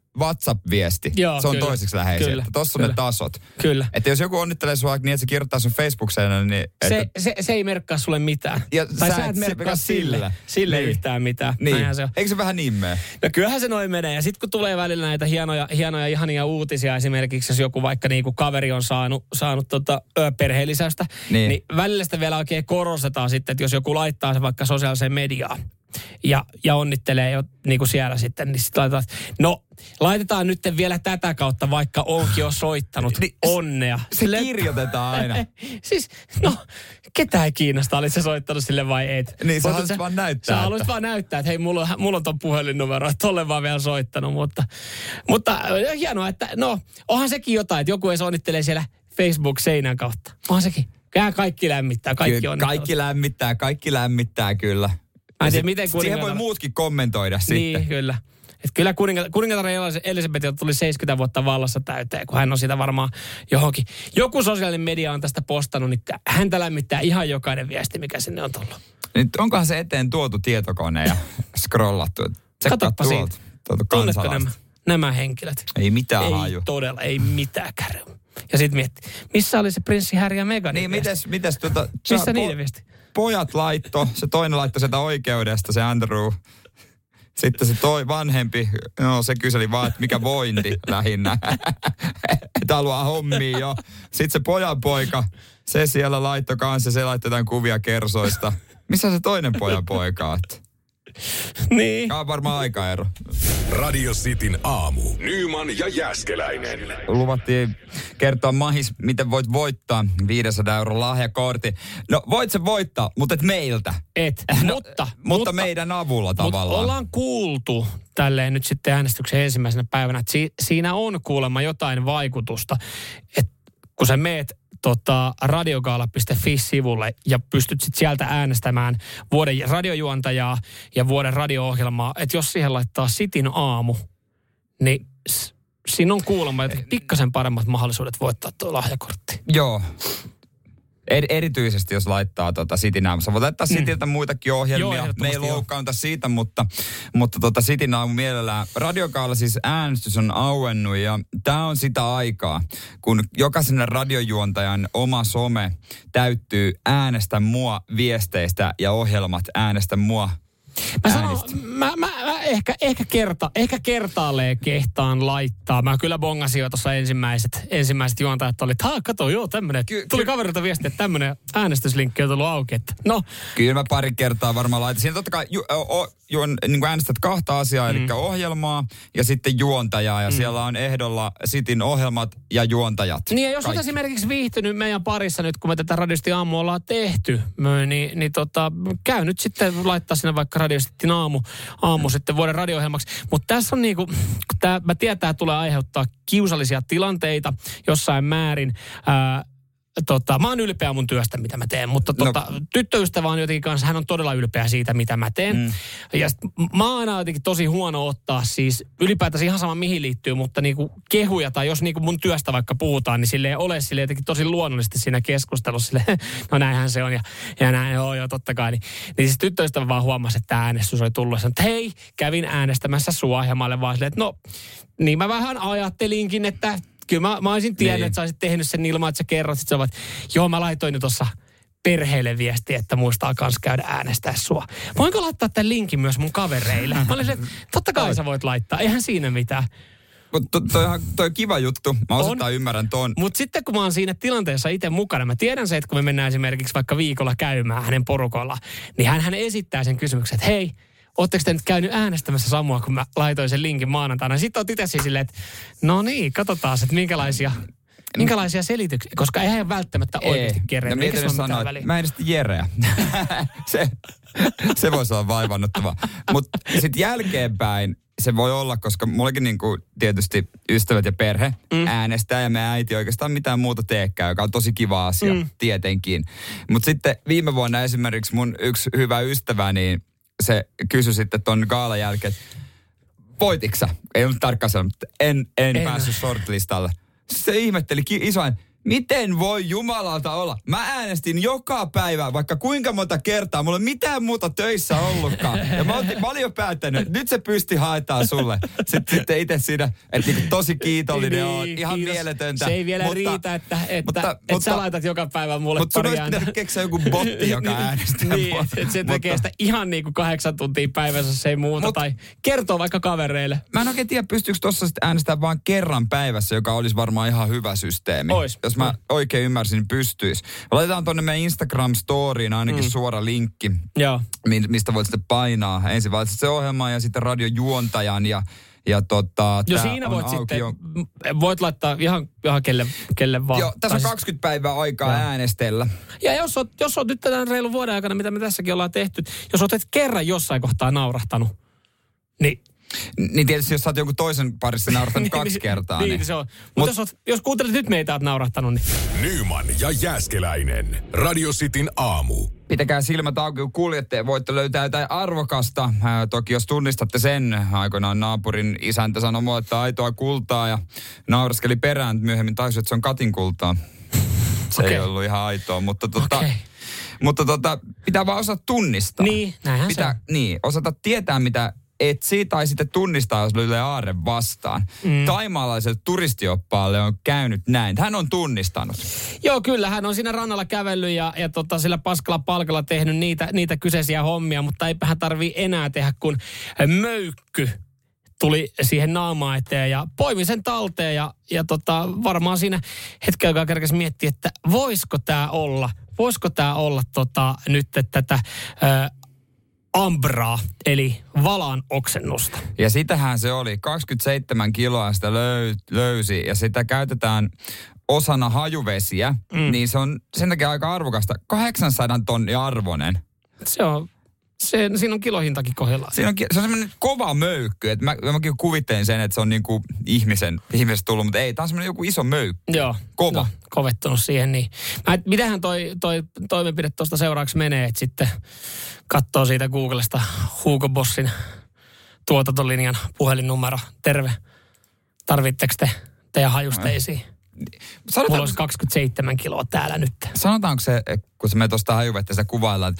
WhatsApp-viesti. Joo, se on kyllä, toiseksi läheisin. Tuossa on ne tasot. Kyllä. Että jos joku onnittelee sua niin, että se kirjoittaa sun Facebook-seinälle, niin... Se, että... se, se ei merkkaa sulle mitään. Ja tai sä sä et merkkaa sille. Sille, sille niin. yhtään mitään. Niin. Se on. Eikö se vähän niin mene? No kyllähän se noin menee. Ja sitten kun tulee välillä näitä hienoja, hienoja ihania uutisia, esimerkiksi jos joku vaikka niinku kaveri on saanut, saanut tota, ö, perheellisäystä, niin. niin välillä sitä vielä oikein korostetaan sitten, että jos joku laittaa se vaikka sosiaaliseen mediaan, Ja, ja onnittelee jo niin kuin siellä sitten, niin sitten laitetaan, no laitetaan nyt vielä tätä kautta, vaikka onkin jo soittanut niin, onnea. Se sille, kirjoitetaan aina. Siis, no, ketä ei kiinnosta, olit se soittanut sille vai et. Niin, sä haluaisit vaan näyttää. Sä haluaisit vaan näyttää, että hei, mulla on, mulla on ton puhelinnumero, että tolle vaan vielä soittanut, mutta, mutta hienoa, että no, onhan sekin jotain, että joku ei onnittelee siellä Facebook-seinän kautta. Onhan sekin. Kää kaikki lämmittää, kaikki on. Kaikki lämmittää, kaikki lämmittää kyllä. Mä tiedä, miten kuningatar... Siihen voi muutkin kommentoida niin, sitten. Niin, kyllä. Et kyllä kuningatar, kuningatar Elisabeth tuli seitsemänkymmentä vuotta vallassa täyteen, kun hän on sitä varmaan johonkin. Joku sosiaalinen media on tästä postannut, niin häntä lämmittää ihan jokainen viesti, mikä sinne on tullut. Nyt onkohan se eteen tuotu tietokone ja scrollattu? Katsoppa siitä. Tunnetko nämä, nämä henkilöt? Ei mitään ei haju. Ei todella, ei mitään kärry. Ja sitten mietti, missä oli se prinssi Harry ja Meghan? Niin, mites, mites tuota... Missä po- niiden viesti? Pojat laitto, se toinen laittoi sieltä oikeudesta, se Andrew. Sitten se toi vanhempi, no se kyseli vaan, että mikä vointi lähinnä. Että haluaa hommia jo. Sitten se pojan poika, se siellä laittoi kanssa, se laittoi tämän kuvia kersoista. Missä se toinen pojan poika on? Niin. Tämä on varmaan aikaero. Radio Cityn aamu. Nyman ja Jääskeläinen. Luvattiin kertoa mahis, miten voit voittaa viisisataa euron lahjakortin. No voit se voittaa, mutta et meiltä. Et, no, mutta, mutta... Mutta meidän avulla tavallaan. Mutta ollaan kuultu tälleen nyt sitten äänestyksen ensimmäisenä päivänä, että si- siinä on kuulemma jotain vaikutusta. Että kun sä meet tota, radiogaala piste fi-sivulle ja pystyt sitten sieltä äänestämään vuoden radiojuontajaa ja vuoden radio-ohjelmaa, että jos siihen laittaa Cityn aamu, niin s- siinä on kuulemma pikkasen paremmat mahdollisuudet voittaa tuo lahjakortti. Joo. Er, erityisesti jos laittaa tota Cityn aamussa. Voit laittaa Cityltä mm. muitakin ohjelmia. Joo, me ei loukkaanta siitä, mutta, mutta tota Cityn aamu mielellään. Radiogaala siis äänestys on auennut ja tämä on sitä aikaa, kun jokaisen radiojuontajan oma some täyttyy äänestä mua viesteistä ja ohjelmat äänestä mua. Mä, sanon, mä, mä, mä ehkä, ehkä, kerta, ehkä kertaalleen kehtaan laittaa. Mä kyllä bongasin jo tuossa ensimmäiset, ensimmäiset juontajat oli, että haa, kato, joo, tämmönen. Ky- Tuli ky- kaverilta viesti, että tämmönen äänestyslinkki on tullut auki. Että no. Kyllä mä pari kertaa varmaan laitan. Siinä totta kai ju, o, ju, niin kuin äänestät kahta asiaa, mm. eli ohjelmaa ja sitten juontajaa. Ja mm. siellä on ehdolla Cityn ohjelmat ja juontajat. Niin ja jos olet esimerkiksi viihtynyt meidän parissa nyt, kun me tätä Radiosti aamu ollaan tehty, niin, niin tota, käy nyt sitten laittaa sinne vaikka Radiostin aamu, aamu sitten vuoden radio-ohjelmaksi. Mutta tässä on niinku, tää, mä tiedän, tämä tulee aiheuttaa kiusallisia tilanteita jossain määrin. Ää, tota, mä oon ylpeä mun työstä, mitä mä teen, mutta tota, no. tyttöystävä on jotenkin kanssa, hän on todella ylpeä siitä, mitä mä teen. Mm. Ja sit, mä oon aina jotenkin tosi huono ottaa siis, ylipäätänsä ihan sama mihin liittyy, mutta niinku kehuja tai jos niinku mun työstä vaikka puhutaan, niin sille ei ole sille jotenkin tosi luonnollisesti siinä keskustelussa sille, no näinhän se on ja, ja näin, joo joo totta kai. Niin, niin siis tyttöystävä vaan huomasi, että tämä äänestys oli tullut ja sanoi, että hei, kävin äänestämässä sua ja mä olen vaan silleen, että no, niin mä vähän ajattelinkin, että kyllä mä, mä olisin tiennyt, niin. että sä olisit tehnyt sen ilman, että sä kerrot. Sitten sä ovat, joo mä laitoin nyt tuossa perheelle viesti, että muistaa kans käydä äänestää sua. Voinko laittaa tämän linkin myös mun kavereille? Mä olisin, että totta kai sä voit laittaa, eihän siinä mitään. Mutta toi, toi on kiva juttu. Mä osittain ymmärrän ton. Mutta sitten kun mä oon siinä tilanteessa itse mukana, mä tiedän se, että kun me mennään esimerkiksi vaikka viikolla käymään hänen porukolla, niin hän, hän esittää sen kysymyksen, että hei, ootteko te nyt käynyt äänestämässä Samua, kun mä laitoin sen linkin maanantaina? Sitten oot itse siis silleen, että no niin, katsotaan, että minkälaisia, minkälaisia selityksiä, koska eihän välttämättä oikeasti kerran. No miten sanoit, mä en sitten Jereä. se, se voisi olla vaivannuttava. Mutta sitten jälkeenpäin se voi olla, koska mullekin niinku tietysti ystävät ja perhe mm. äänestää ja me äiti oikeastaan mitään muuta teekään, joka on tosi kiva asia mm. tietenkin. Mutta sitten viime vuonna esimerkiksi mun yksi hyvä ystävä, niin se kysyi sitten ton gaalan jälkeen, että voitiksä? Ei ollut tarkkaan sanonut, mutta en, en, en päässyt shortlistalle. Se ihmetteli isoin, miten voi Jumalalta olla? Mä äänestin joka päivä, vaikka kuinka monta kertaa. Mulla ei mitään muuta töissä ollutkaan. Ja mä, olin, mä olin jo päättänyt, että nyt se pysti haetaan sulle. Sitten, sitten itse siinä, että niin tosi kiitollinen niin, on. Ihan kiitos. Mieletöntä. Se ei vielä mutta, riitä, että, että, mutta, että mutta, sä laitat joka päivä mulle mutta pari ääntä. Mutta sun olisi pitänyt keksiä joku botti, joka äänestää. Niin, että se tekee sitä ihan niin kuin kahdeksan tuntia päivässä, se ei muuta. Mut, tai kertoo vaikka kavereille. Mä en oikein tiedä, pystyykö tuossa sitten äänestämään vaan kerran päivässä, joka olisi varmaan ihan hyvä systeemi. Ois. Jos mä oikein ymmärsin, niin pystyisi. Laitetaan tuonne meidän Instagram-storiin ainakin mm. suora linkki, Joo. mistä voit sitten painaa. Ensin valitset se ohjelma ja sitten radiojuontajan ja Ja tota, jo siinä voit sitten, jo. voit laittaa ihan, ihan kelle, kelle vaan. Joo, tässä on kaksikymmentä päivää aikaa ja. äänestellä. Ja jos oot, jos oot nyt tämän reilun vuoden aikana, mitä me tässäkin ollaan tehty, jos oot et kerran jossain kohtaa naurahtanut, niin... Niin tietysti, jos sä oot jonkun toisen parissa naurahtanut kaksi kertaa. Niin, niin se on. Mutta Mut, jos, jos kuuntelet nyt meitä, oot naurahtanut, niin... Nyman ja Jääskeläinen. Radio Cityn aamu. Pitäkää silmät auki, kun kuljette. Voitte löytää jotain arvokasta. Ää, toki jos tunnistatte sen, aikoinaan naapurin isäntä sanoi mulle, että aitoa kultaa ja nauraskeli perään. Myöhemmin taisi, että se on katin kultaa. Se okay. ei ollut ihan aitoa, mutta tota... Okay. Mutta tota, pitää vaan osata tunnistaa. Niin, näinhän pitää, se on. Niin, osata tietää, mitä etsii tai sitten tunnistaa, jos löytää aarre vastaan. Mm. Taimaalaiselle turistioppaalle on käynyt näin. Hän on tunnistanut. Joo, kyllä. Hän on siinä rannalla kävellyt ja, ja tota, sillä paskalla palkalla tehnyt niitä, niitä kyseisiä hommia, mutta eipä hän tarvii enää tehdä, kun möykky tuli siihen naamaan eteen ja poimi sen talteen ja, ja tota, varmaan siinä hetken aikaa kerkesi miettiä, että voisiko tämä olla, voisiko tämä olla tota, nyt tätä... Ö, ambraa, eli valan oksennusta. Ja sitähän se oli. kaksikymmentäseitsemän kiloa sitä löy, löysi ja sitä käytetään osana hajuvesiä, mm. niin se on sen takia aika arvokasta. kahdeksansadan tonni arvoinen. Se on, se, siinä on kilohintakin kohdallaan. Siinä on, se on semmoinen kova möykky. Että mä, mäkin kuvittelin sen, että se on niin kuin ihmisen, ihmisestä tullut, mutta ei, tämä on semmoinen joku iso möykky. Joo. Kova. No, kovettunut siihen, niin. Mä, mitähän toi, toi toimenpide tuosta seuraavaksi menee, että sitten katsoo siitä Googlesta Hugo Bossin tuotantolinjan puhelinnumero. Terve. Tarvitteko te teidän hajusteisiin? Sanotaan, mulla olisi kaksikymmentäseitsemän kiloa täällä nyt. Sanotaanko se, kun se me tuosta hajuvettä sitä kuvaillaan,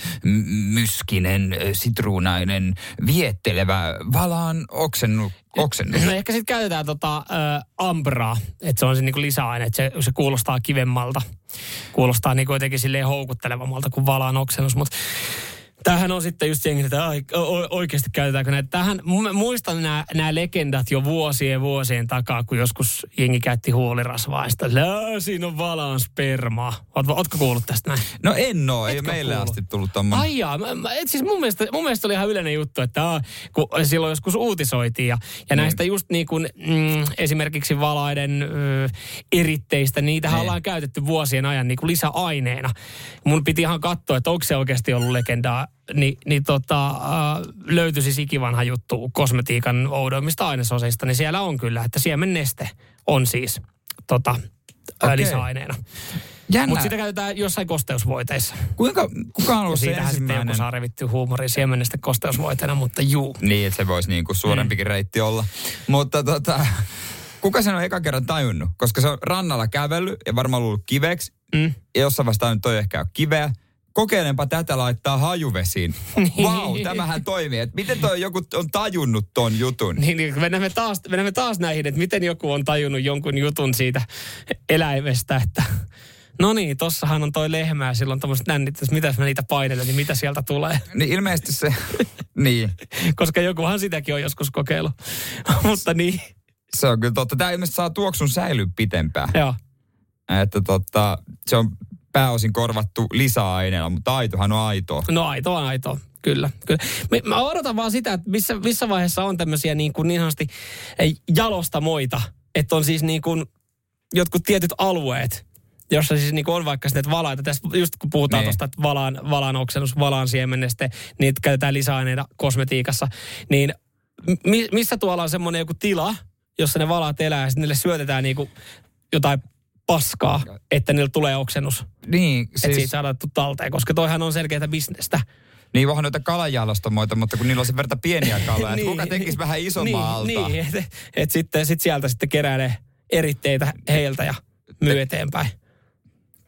myskinen, sitruunainen, viettelevä, valaan oksennu, oksennus? No ehkä sitten käytetään tota ä, ambraa, että se on se niinku lisäaine, että se, se kuulostaa kivemmalta. Kuulostaa niinku jotenkin silleen houkuttelevammalta kuin valaan oksennus, mutta... Tämähän on sitten just jengi, että oikeasti käytetäänkö näitä. Tämähän, muistan nämä, nämä legendat jo vuosien vuosien takaa, kun joskus jengi käytti huolirasvaa. Ja sitten, siinä on valaan spermaa. Oot, ootko kuullut tästä näin? No en oo, ei meille kuullut? Asti tullut tommoinen. Ai jaa, mä, mä, et siis mun mielestä, mun mielestä oli ihan yleinen juttu, että aa, kun silloin joskus uutisoitiin. Ja, ja mm. näistä just niin kuin mm, esimerkiksi valaiden ö, eritteistä, niitähän mm. ollaan käytetty vuosien ajan niin kuin lisäaineena. Mun piti ihan katsoa, että onko se oikeasti ollut legendaa. Ni, niin tota, äh, löytyi siis ikivanha juttu kosmetiikan oudoimmista ainesoseista, niin siellä on kyllä, että siemenneste on siis tota, okay. lisäaineena. Mutta sitä käytetään jossain kosteusvoiteissa. Kuinka, kuka on ollut se ensimmäinen? Siitähän sitten joku saa revittyä huumoria siemenneste kosteusvoiteena, mutta juu. Niin, että se voisi niinku suurempikin mm. reitti olla. Mutta tota, kuka sen on eka kerran tajunnut? Koska se on rannalla kävellyt ja varmaan ollut kiveksi. Mm. Ja jossain vasta nyt toi ehkä on kiveä. Kokeilenpa tätä laittaa hajuvesiin. Vau, wow, tämähän toimii. Et miten toi joku on tajunnut ton jutun? Niin, niin mennään, taas, mennään taas näihin, että miten joku on tajunnut jonkun jutun siitä eläimestä, että no niin, tossahan on toi lehmä ja silloin tommoset nännit, että mitäs mä niitä painelen, niin mitä sieltä tulee? Niin ilmeisesti se, niin. Koska jokuhan sitäkin on joskus kokeillut, mutta niin. Se on kyllä totta. Tää ilmeisesti saa tuoksun säilyä pitempään. Joo. Että totta, se on pääosin korvattu lisäaineella, mutta aitohan on aitoa. No aito on aitoa, kyllä. kyllä. Mä odotan vaan sitä, että missä, missä vaiheessa on tämmöisiä niin, kuin niin sanotusti jalostamoita, että on siis niin kuin jotkut tietyt alueet, jossa siis niin kuin on vaikka sitten valaita. Tässä just kun puhutaan tuosta, että valaan, valaan oksennus, valaan siemenneste, niitä käytetään lisäaineita kosmetiikassa, niin mi, missä tuolla on semmoinen joku tila, jossa ne valaat elää ja sitten niille syötetään niin kuin jotain paskaa, että niillä tulee oksennus. Niin, siis... Että siitä saadaan talteen, koska toihan on selkeätä bisnestä. Niin, vähän noita kalanjalostamoita, mutta kun niillä on sen verta pieniä kaloja, niin, että kuka tekisi vähän isommaa niin, altaa. Niin, että et sitten sit sieltä sitten keräilee eritteitä heiltä ja myy eteenpäin.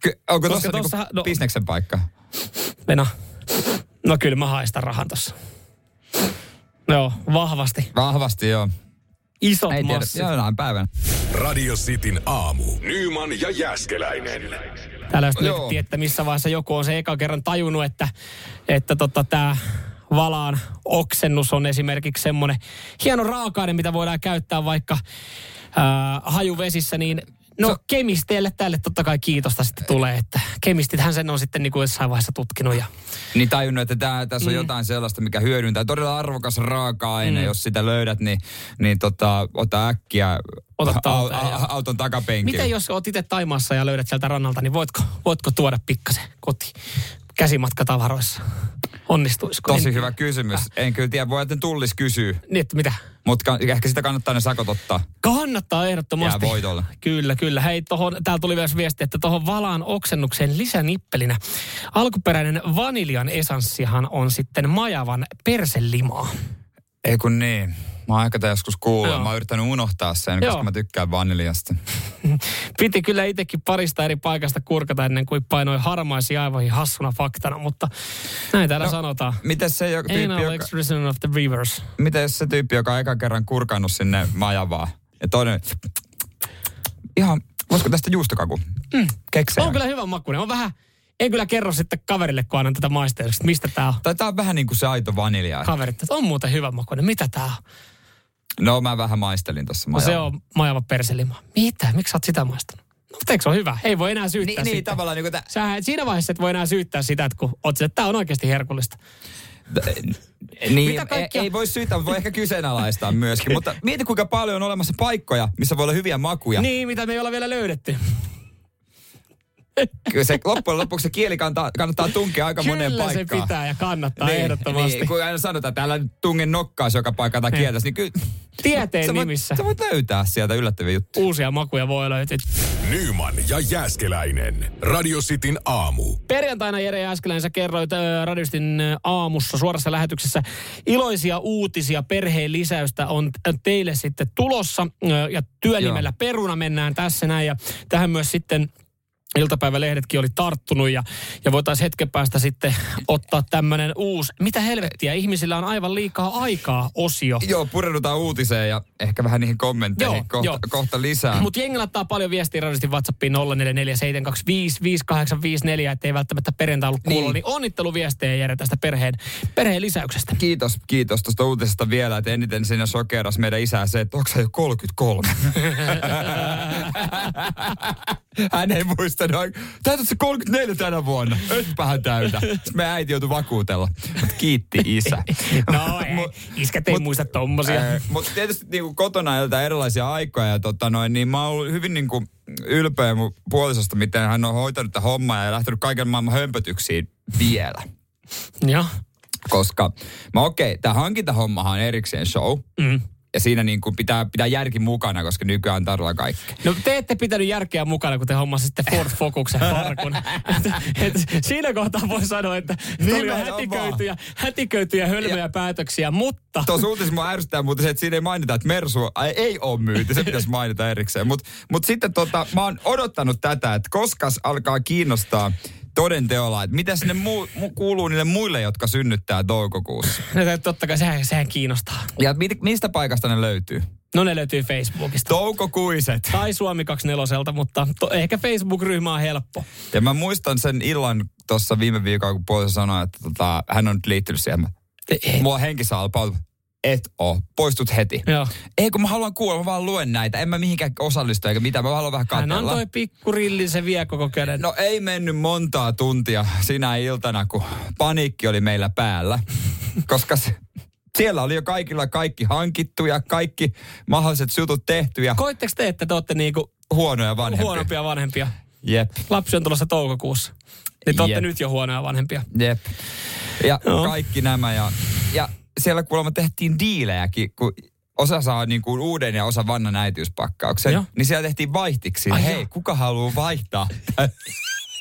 Ky- onko Koska tuossa tossa- niinku no- bisneksen paikka? Venä. No kyllä mä haistan rahan tossa. Joo, vahvasti. Vahvasti, joo. Isot Ei tiedä, massit. jonain päivänä. Radio Cityn aamu. Nyman ja Jääskeläinen. Täällä just Joo. mietittiin, että missä vaiheessa joku on se eka kerran tajunnut, että, että tota, tämä valaan oksennus on esimerkiksi semmoinen hieno raaka-aine, mitä voidaan käyttää vaikka ää, hajuvesissä, niin no Se- kemisteille tälle totta kai kiitosta sitten tulee, että kemistithän sen on sitten niin kuin jossain vaiheessa tutkinut ja Niin tajunnut, että tää, tässä on mm. jotain sellaista, mikä hyödyntää. Todella arvokas raaka-aine, mm. jos sitä löydät, niin, niin tota, ota äkkiä Ota au, talteen ja- au, auton takapenkille. miten jos oot itse Taimaassa ja löydät sieltä rannalta, niin voitko, voitko tuoda pikkasen kotiin käsimatkatavaroissa? Onnistuisiko? Tosi En- hyvä kysymys. En kyllä tiedä, voi että tullis kysyy. Niin, että mitä? Mutta ehkä sitä kannattaa ne sakot ottaa. Kannattaa ehdottomasti. Jää voitolle. Kyllä, kyllä. Hei, tohon, täällä tuli myös viesti, että tuohon valaan oksennukseen lisänippelinä. Alkuperäinen vaniljan esanssihan on sitten majavan perselimaa. Ei kun niin. Mä oon aika joskus kuullut. Joo. Mä oon yrittänyt unohtaa sen, Joo. koska mä tykkään vaniljasta. Piti kyllä itsekin parista eri paikasta kurkata ennen kuin painoi harmaisiin aivoihin hassuna faktana, mutta näin täällä No, sanotaan. Miten se jo- tyyppi, Anal joka, expression of the rivers. miten se tyyppi, joka on ekan kerran kurkannut sinne majavaan? Ja toinen, ihan, voisiko tästä juustokaku? Mm. Keksejä. On kyllä hyvän makuinen. On vähän, en kyllä kerro sitten kaverille, kun annan tätä maistelua, mistä tää on. Tai tää on vähän niin kuin se aito vanilja. Kaverit, että on muuten hyvän makuinen. Mitä tää on? No mä vähän maistelin tossa No majavaa. se on majava perselima. Mitä? Miksi sä oot sitä maistanut? No, mutta eikö se ole hyvä? Ei voi enää syyttää Niin, niin sitä. tavallaan niin kuin tä... Sähän, siinä vaiheessa et voi enää syyttää sitä, että kun oot se, että tää on oikeasti herkullista. Niin, Mitä ei, kaikkia- ei voi syyttää, mutta voi ehkä kyseenalaistaa myöskin. Mutta mieti, kuinka paljon on olemassa paikkoja, missä voi olla hyviä makuja. Niin, mitä me ei olla vielä löydetty. Kyllä se loppujen lopuksi se kieli kannattaa, kannattaa tunkea aika moneen Kyllä paikkaan. se pitää ja kannattaa niin, ehdottomasti. Niin, kun aina sanotaan, että täällä tungen nokkaus joka paikka tai kieltäisi, niin kyllä... Tieteen sä voit, nimissä. Sä voit löytää sieltä yllättäviä juttuja. Uusia makuja voi löytyä. Nyman ja Jääskeläinen. Radio Cityn aamu. Perjantaina Jere Jääskeläinen, sä kerroit äh, Radiostin äh, aamussa suorassa lähetyksessä iloisia uutisia. Perheen lisäystä on äh, teille sitten tulossa äh, ja työnimellä Joo. Peruna mennään tässä näin ja tähän myös sitten iltapäivälehdetkin oli tarttunut ja, ja voitaisiin hetken päästä sitten ottaa tämmöinen uusi, mitä helvettiä, ihmisillä on aivan liikaa aikaa osio. Joo, pureudutaan uutiseen ja ehkä vähän niihin kommentteihin Joo, kohta, joo. kohta lisää. Mutta jengi laittaa paljon viestiä Radiostin WhatsAppiin nolla neljä neljä seitsemän kaksi viisi viisi kahdeksan viisi neljä, ettei välttämättä perjantai ollut kuulolla. Niin. niin onnitteluviestejä Jere tästä perheen, perheen lisäyksestä. Kiitos, kiitos tuosta uutisesta vielä, että eniten siinä sokeras meidän isää se, että onko se jo kolmekymmentäkolme? Hän ei muistanut. Täytät se kolmekymmentäneljä tänä vuonna. Nytpähän täytä. Sitten meidän äiti joutui vakuutella. Mutta kiitti isä. No ei, Mut- iskät ei mut- muista tommosia. Mutta tietysti niinku kotona elää erilaisia aikoja ja tota noin, niin mä oon ollut hyvin niinku ylpeä mun puolisosta, miten hän on hoitanut tätä hommaa ja lähtenyt kaiken maailman hömpötyksiin vielä. Joo. Koska mä okei, okay, tää hankintahommahan on erikseen show. Mm. Ja siinä niin kuin pitää, pitää järki mukana, koska nykyään on tarjolla kaikki. No te ette pitänyt järkeä mukana, kun te hommasitte Ford Focuksen farkun. et, et, siinä kohtaa voi sanoa, että tuli jo Nimenomaan. hätiköityjä, hätiköityjä hölmöjä päätöksiä, mutta... Tuossa uutisessa mua ärsyttää muuten se, että siinä ei mainita, että Mersu ai, ei ole myyty. Se pitäisi mainita erikseen. Mutta mut sitten tota, mä oon odottanut tätä, että koskas alkaa kiinnostaa toden teolla, että mitä sinne muu, mu, kuuluu niille muille, jotka synnyttää toukokuussa. No, totta kai, sehän, sehän kiinnostaa. Ja mit, mistä paikasta ne löytyy? No ne löytyy Facebookista. Toukokuiset. Tai Suomi kaksikymmentäneljä, mutta to, ehkä Facebook-ryhmä on helppo. Ja mä muistan sen illan tuossa viime viikolla, kun puoliso sanoi, että tota, hän on nyt liittynyt siihen. Ei. Mua henkissä alpautu. Et oo. Poistut heti. Joo. Ei kun mä haluan kuulla, mä vaan luen näitä. En mä mihinkään osallistu eikä mitään. Mä haluan vähän Hän katsella. antoi pikkurillin, se vie koko käden. No ei mennyt montaa tuntia sinä iltana, kun paniikki oli meillä päällä. Koska se, siellä oli jo kaikilla kaikki hankittu ja kaikki mahdolliset jutut tehty ja Koitteko te, että te olette niinku huonoja vanhempia. huonompia vanhempia? Jep, Lapsi on tulossa toukokuussa. Niin te olette Jep. nyt jo huonoja vanhempia. jep. Ja No. kaikki nämä ja, ja siellä kuulemma tehtiin diilejäkin, kun osa saa niin kuin uuden ja osa vanhan äitiyspakkauksen. Joo. Niin siellä tehtiin vaihtiksi. Ai Hei, joo. kuka haluaa vaihtaa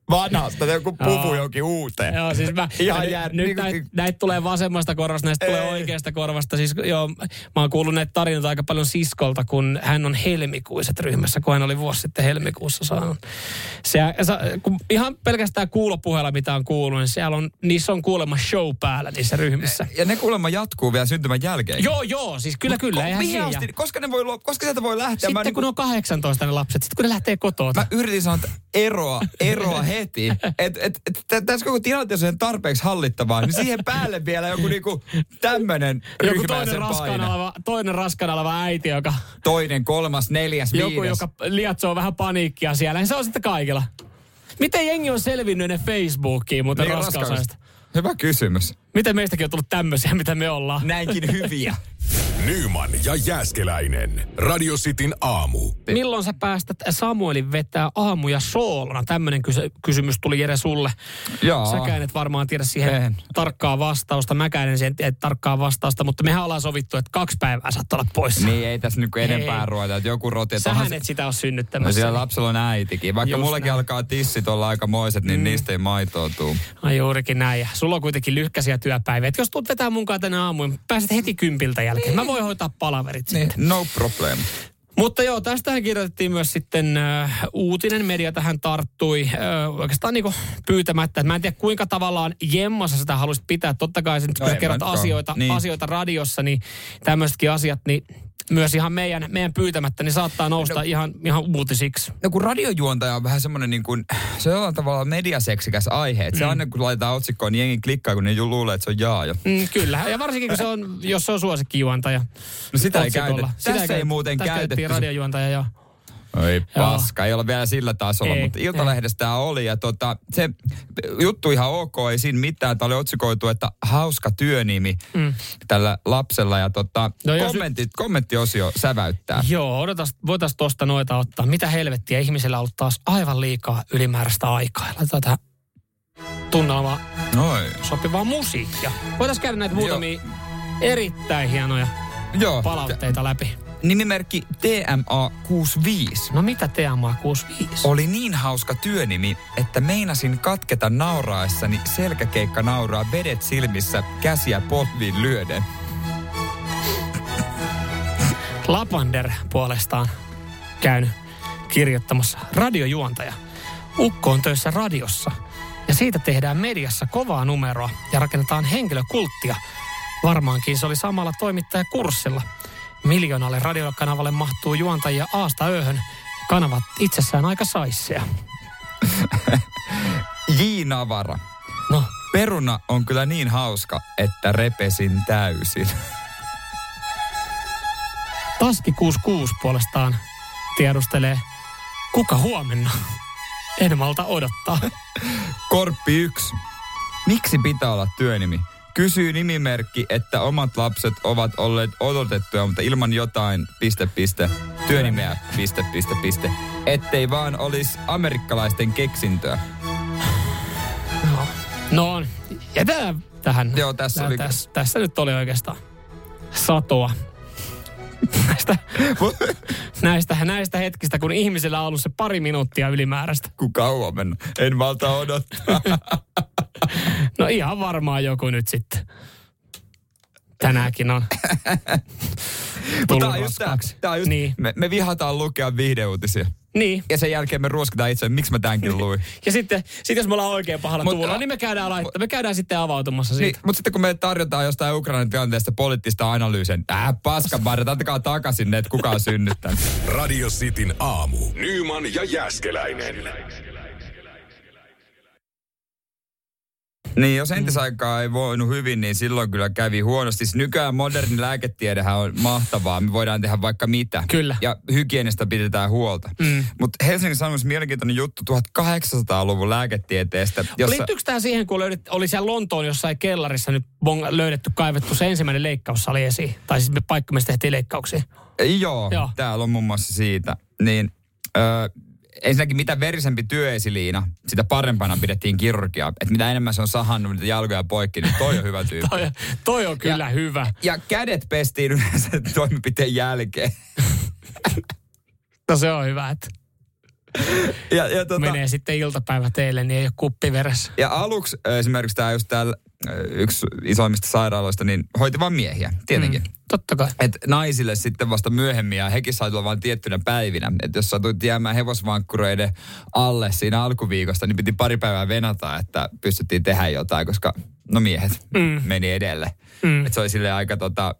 vanhasta, joku puhu jokin uuteen. Joo, siis mä, Ihan nyt, jää, nyt niin kuin, näitä näit tulee vasemmasta korvasta, näistä tulee oikeasta korvasta. Siis joo, mä oon kuullut näitä tarinoita aika paljon siskolta, kun hän on helmikuiset ryhmässä, kun hän oli vuosi sitten helmikuussa saanut. Se, kun ihan pelkästään kuulopuheella, mitä on kuullut, niin siellä on, niissä on kuulemma show päällä niissä ryhmissä. Ja ne kuulemma jatkuu vielä syntymän jälkeen. Joo, joo, siis kyllä, kyllä. Ko, mihin asti, koska, ne voi, koska sieltä voi lähteä? Sitten mä kun niin kuin, on kahdeksantoista ne lapset, sitten kun ne lähtee kotoa. Mä yritin sanoa, että eroa, eroa heti. Että et, et, tässä koko tilanteessa on tarpeeksi hallittavaa, niin siihen päälle vielä joku niinku tämmönen joku toinen raskaana, oleva, toinen raskaana oleva äiti, joka... Toinen, kolmas, neljäs, joku, viides. joka lietsoo vähän paniikkia siellä. Ja se on sitten kaikilla. Miten jengi on selvinnyt ne Facebookiin muuten niin, raskausaista? Hyvä kysymys. Miten meistäkin on tullut tämmöisiä, mitä me ollaan? Näinkin hyviä. Nyman ja Jääskeläinen. Radio Cityn aamu. Milloin sä päästät Samuelin vetää aamuja soolona? Tämmöinen kysy- kysymys tuli Jere sulle. Jaa. Säkään et varmaan tiedä siihen en. tarkkaa vastausta. Mäkään en siihen tiedä tarkkaa vastausta, mutta mehän ollaan sovittu, että kaksi päivää saat olla poissa. Niin, ei tässä niinku enempää ruveta, että joku roti. Sähän et sitä ole synnyttämässä. No siellä lapsella on äitikin. Vaikka Just mullakin näin. Alkaa tissit olla aikamoiset, niin mm. niistä ei maitoa tuu. Ai juurikin näin. Ja sulla on kuitenkin lyhkäisiä työpäiviä. Et jos tulet vetää munkaan tänä aamuin, pääset heti kympiltä jälkeen. Mä voin hoitaa palaverit niin. sitten. No problem. Mutta joo, tästähän kirjoitettiin myös sitten äh, uutinen, media tähän tarttui äh, oikeastaan niinku pyytämättä. Mä en tiedä kuinka tavallaan jemmassa sitä haluaisit pitää. Totta kai sen, kun no, kerrot asioita, niin. asioita radiossa, niin tämmöisetkin asiat, niin myös ihan meidän, meidän pyytämättä, niin saattaa nousta no, ihan, ihan uutisiksi. No kun radiojuontaja on vähän semmoinen niin kuin, se on tavallaan mediaseksikäs aihe. Että mm. se aina kun laitetaan otsikkoon, niin jengi klikkaa, kun ne luulee, että se on Jaajo. Mm, kyllä, ja varsinkin kun se on, jos se on suosikkijuontaja. No sitä ei käytetä. Tässä ei, ei muuten käytetty. Tässä käytettiin radiojuontaja, joo. Oi paska, ei ole vielä sillä tasolla, ei, mutta Iltalehdestä tämä oli. Ja tota, se juttu ihan ok, ei siinä mitään. Tämä oli otsikoitu, että hauska työnimi mm. tällä lapsella. Ja tota, no kommentti, y- kommenttiosio säväyttää. Joo, odotas, voitaisiin tuosta noita ottaa. Mitä helvettiä, ihmisellä on ollut taas aivan liikaa ylimääräistä aikaa. Laitetaan tähän tunnelmaan sopivaa musiikkia. Voitaisiin käydä näitä muutamia Joo. erittäin hienoja Joo. palautteita läpi. Nimimerkki T M A kuusikymmentäviisi. No mitä T M A kuusikymmentäviisi? Oli niin hauska työnimi, että meinasin katketa nauraessani selkäkeikka nauraa vedet silmissä käsiä polviin lyöden. Lapander puolestaan käynyt kirjoittamassa radiojuontaja. Ukko on töissä radiossa ja siitä tehdään mediassa kovaa numeroa ja rakennetaan henkilökulttia. Varmaankin se oli samalla toimittajakurssilla. Miljoonalle radiokanavalle mahtuu juontajia aasta ööhön. Kanavat itsessään aika saisseja. J. Navara. No. Peruna on kyllä niin hauska, että repesin täysin. Taski kuusikymmentäkuusi puolestaan tiedustelee, kuka huomenna? En malta odottaa. Korppi yksi. Miksi pitää olla työnimi? Kysyy nimimerkki, että omat lapset ovat olleet odotettuja, mutta ilman jotain, piste, piste, työnimeä, piste, piste, piste. Ettei vaan olisi amerikkalaisten keksintöä. No, no jätetään tähän. Joo, tässä Tää, oli... Tässä, tässä nyt oli oikeastaan satoa. Näistä, näistä, näistä hetkistä, kun ihmisillä on ollut se pari minuuttia ylimääräistä. Kun kauan mennä. En malta odottaa. No ihan varmaan joku nyt sitten. Tänäänkin on tullut tää just, tää, tää just, niin. me, me vihataan lukea viihdeuutisia. Niin. Ja sen jälkeen me ruoskitaan itse, miksi mä tämänkin luin. Ja sitten, sit jos me ollaan oikein pahalla tuulla, niin me käydään, laittaa, me käydään sitten avautumassa siitä. Niin, mutta sitten kun me tarjotaan jostain Ukrainan tilanteesta poliittista analyysiä, niin äh, paskanbarret, antakaa takaisin ne, että kuka on synnyttänyt. Radio Cityn aamu. Nyman ja Jääskeläinen. Niin, jos entisaikaa ei voinut hyvin, niin silloin kyllä kävi huonosti. Siis nykyään moderni lääketiedehän on mahtavaa. Me voidaan tehdä vaikka mitä. Kyllä. Ja hygienistä pidetään huolta. Mm. Mutta Helsingin Sanomissa mielenkiintoinen juttu tuhatkahdeksansataaluvun lääketieteestä. Jossa... Liittyykö tämä siihen, kun löydit, oli siellä Lontoon jossain kellarissa nyt löydetty, kaivettu se ensimmäinen leikkaussali esiin? Tai siis me paikka, missä tehtiin leikkauksia. Joo, Joo. Täällä on muun muassa siitä. Niin... Öö, ensinnäkin mitä verisempi työesiliina, sitä parempana pidettiin kirurgiaa. Että mitä enemmän se on sahannut niitä jalkoja poikki, niin toi on hyvä tyyppi. toi, toi on kyllä ja, hyvä. Ja kädet pestiin yleensä toimenpiteen jälkeen. No se on hyvä, että... ja, ja tota, menee sitten iltapäivä teille, niin ei ole kuppi veressä. Ja aluksi esimerkiksi tämä just täällä yksi isoimmista sairaaloista, niin hoiti vain miehiä, tietenkin. Mm, totta kai. Et naisille sitten vasta myöhemmin, ja hekin sai tulla vain tiettynä päivinä. Että jos satuit jäämään hevosvankkureiden alle siinä alkuviikosta, niin piti pari päivää venata, että pystyttiin tehdä jotain, koska no miehet mm. meni edelle. Mm. Että se oli silleen aika tota,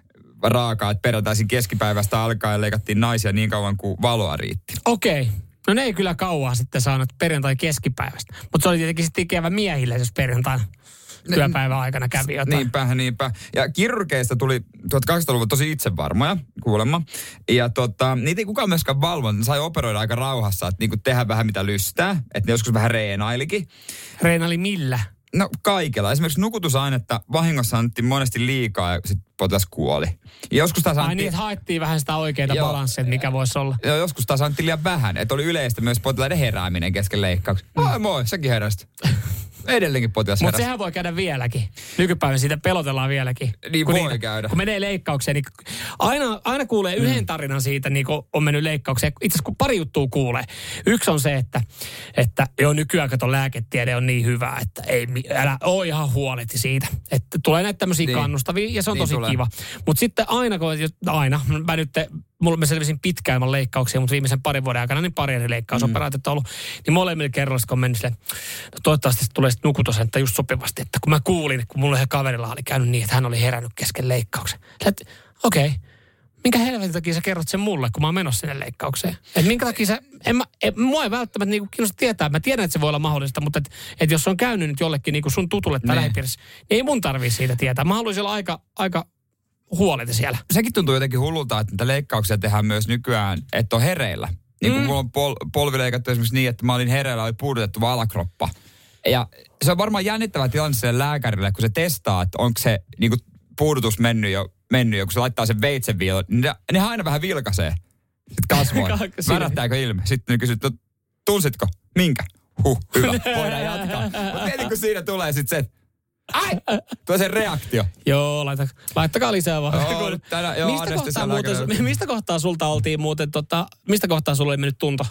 raakaa, että perjantaisin keskipäivästä alkaen leikattiin naisia niin kauan kuin valoa riitti. Okei. Okay. No ne ei kyllä kauaa sitten saanut perjantai keskipäivästä. Mutta se oli tietenkin sitten ikävä miehille, jos perjantaina työpäivän aikana kävi jotain. Niinpä, niinpä. Ja kirurgeista tuli tuhatkahdeksansataaluvun tosi itsevarmoja, kuulemma. Ja tota, niitä ei kukaan myöskään valvonut. Ne sai operoida aika rauhassa, että niinku tehdä vähän mitä lystää. Että ne joskus vähän reenailikin. Reenaili millä? No kaikella. Esimerkiksi nukutusainetta vahingossa annettiin monesti liikaa ja sitten potilas kuoli. Ja joskus taas Ai annettiin... niin, että haettiin vähän sitä oikeaa balanssia, mikä voisi olla. Joo, joskus taas annettiin liian vähän. Että oli yleistä myös potilaiden herääminen kesken leikkauksen. Mm. Ai moi, säkin heräsit. Edelleenkin potilas Mutta sehän voi käydä vieläkin. Nykypäivän siitä pelotellaan vieläkin. Niin kun voi niitä, käydä. Kun menee leikkaukseen, niin aina, aina kuulee mm. yhden tarinan siitä, niin kun on mennyt leikkaukseen. Itse asiassa kun pari juttua kuulee. Yksi on se, että, että joo, nykyään kato lääketiede on niin hyvä, että ei, älä ole ihan huoleti siitä. Että tulee näitä tämmöisiä niin. kannustavia ja se on niin tosi tulee. Kiva. Mutta sitten aina, kun aina, mä nyt... Mulla mä selvisin pitkään ilman leikkauksia, mutta viimeisen parin vuoden aikana niin pari eri leikkausoperaatiota on ollut. Niin molemmilla kerralla, kun on mennyt silleen, no toivottavasti tulee sitten nukutusenta just sopivasti. Että kun mä kuulin, kun mulla kaverilla oli käynyt niin, että hän oli herännyt kesken leikkauksen. Että okei, okay, minkä helvetin takia sä kerrot sen mulle, kun mä oon menossa sinne leikkaukseen? Että minkä takia sä, en mä, en, mua ei välttämättä niinku kiinnosta tietää. Mä tiedän, että se voi olla mahdollista, mutta että et jos on käynyt nyt jollekin niinku sun tutulle tai lähipiirissä, niin ei mun tarvii siitä tietää. Mä haluaisin olla aika, aika huoleti siellä. Sekin tuntuu jotenkin hullulta, että niitä leikkauksia tehdään myös nykyään, että on hereillä. Niin kuin mm. mulla on pol- polvi leikattu esimerkiksi niin, että mä olin hereillä, oli puudutettu alakroppa. Ja se on varmaan jännittävä tilanne sille lääkärille, kun se testaa, että onko se niin kuin puudutus mennyt jo, mennyt jo, kun se laittaa sen veitsen viiloon, niin ne, ne aina vähän vilkaisee. Sitten kasvoin. Värättääkö ilme? Sitten ne kysyy, että tunsitko? Minkä? Huh, hyvä. Voidaan jatkaa. Mutta mietin, kun siinä tulee sitten se, ai! Tuo se reaktio. Joo, laita, laittakaa lisää vaan. Joo, tänä, joo, mistä, kohtaa muuten, mistä kohtaa sulta oltiin muuten, tota, mistä kohtaa sulla ei mennyt tunto?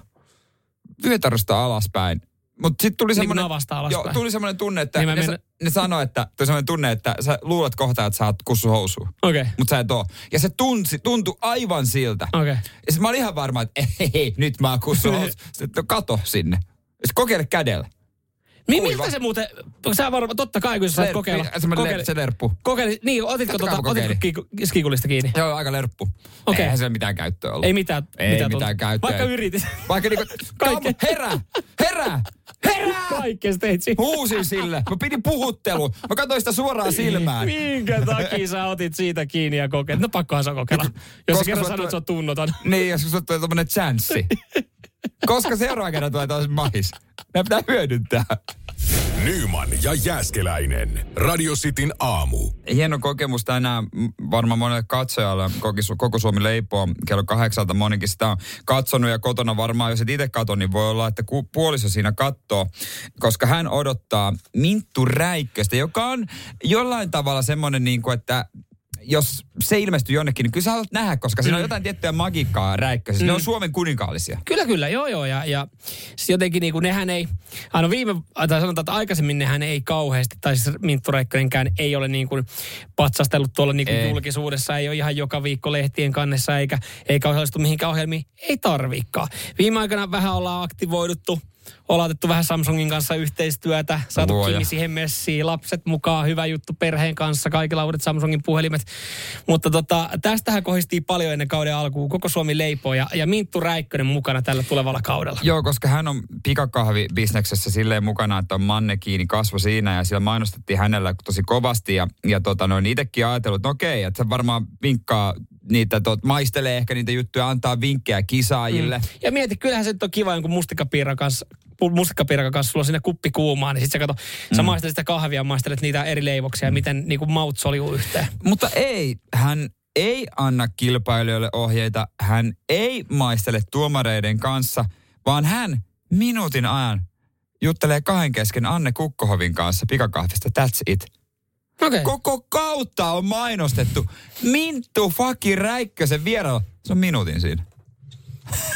Vyötäröstä alaspäin. Mutta sitten tuli semmoinen... Niin navasta alaspäin. Joo, tuli semmoinen tunne, että... Niin ne, mennä... ne sanoi, että... Tuli semmoinen tunne, että sä luulet kohta, että sä oot kussu housuun. Okei. Okay. Mutta sä et oo. Ja se tunsi, tuntui aivan siltä. Okei. Okay. Ja sit mä olin ihan varma, että ei, ei nyt mä oon kussu housuun. Sitten kato sinne. Sitten kokeile kädellä. Mi- miltä se muuten, sä varmaan, totta kai kun sä saat kokeilla. Kokeili. Se lerppu. Kokeili, niin otitko, tota, otitko skikulista kiinni? Joo, aika lerppu. Okei. Okay. Eihän sillä mitään käyttöä ollut. Ei mitään. Ei mitään, mitään käyttöä. Vaikka yritit. Vaikka niinku, kam, herää, herää, herää! Kaikkea teit siinä. Huusin sille. Mä pidin puhuttelun. Mä katsoin sitä suoraan silmään. Minkä takia sä otit siitä kiinni ja kokeilit? No pakkohan sä kokeilla. Jos sä kerran sanoit, että sä oot tunnoton. Niin, jos sulla tulee tommonen chanssi. Koska seuraavan kerran tulee taas mahis. Nämä pitää hyödyntää. Nyman ja Jääskeläinen. Radio Cityn aamu. Hieno kokemus tänään varmaan monelle katsojalle. Koko Suomi leipoo kello kahdeksalta. Monikin sitä on katsonut ja kotona varmaan, jos et itse katso, niin voi olla, että puoliso siinä katsoo. Koska hän odottaa Minttu Räikköstä, joka on jollain tavalla semmoinen niin kuin, että jos se ilmestyy jonnekin, niin kyllä sä haluat nähdä, koska siinä on jotain tiettyä magiikkaa Räikkössä. Mm. Ne on Suomen kuninkaallisia. Kyllä, kyllä, joo, joo. Ja, ja jotenkin niin kuin nehän ei, aina viime, tai sanotaan, että aikaisemmin nehän ei kauheasti, tai siis Minttu Räikkönenkään ei ole niin kuin patsastellut tuolla niin kuin julkisuudessa, ei ole ihan joka viikko lehtien kannessa, eikä, eikä osallistu mihinkään ohjelmiin. Ei tarviikaan. Viime aikana vähän ollaan aktivoiduttu. Ollaan otettu vähän Samsungin kanssa yhteistyötä, saatu kiinni siihen messiin, lapset mukaan, hyvä juttu perheen kanssa, kaikilla uudet Samsungin puhelimet. Mutta tota, tästähän kohdistii paljon ennen kauden alkuun, koko Suomi leipoo ja, ja Minttu Räikkönen mukana tällä tulevalla kaudella. Joo, koska hän on pikakahvibisneksessä silleen mukana, että on manne kiinni kasvo siinä ja siellä mainostettiin hänellä tosi kovasti ja, ja tota, no, itsekin ajatellut, että no okei, että se varmaan vinkkaa niitä, tot, maistelee ehkä niitä juttuja, antaa vinkkejä kisaajille. Mm. Ja mieti, kyllähän se on kiva jonkun mustikkapiiran kanssa, mustikkapiirakan kanssa, sulla on sinne kuppi kuumaa, niin sit sä kato, mm. sä maistelet sitä kahvia, maistelet niitä eri leivoksia ja miten niin kuin maut soljuu yhteen. Mutta ei, hän ei anna kilpailijoille ohjeita, hän ei maistele tuomareiden kanssa, vaan hän minuutin ajan juttelee kahden kesken Anne Kukkohovin kanssa pikakahvista, that's it. Okay. Koko kautta on mainostettu Minttu fucking Räikkösen vierailu. Se on minuutin siinä.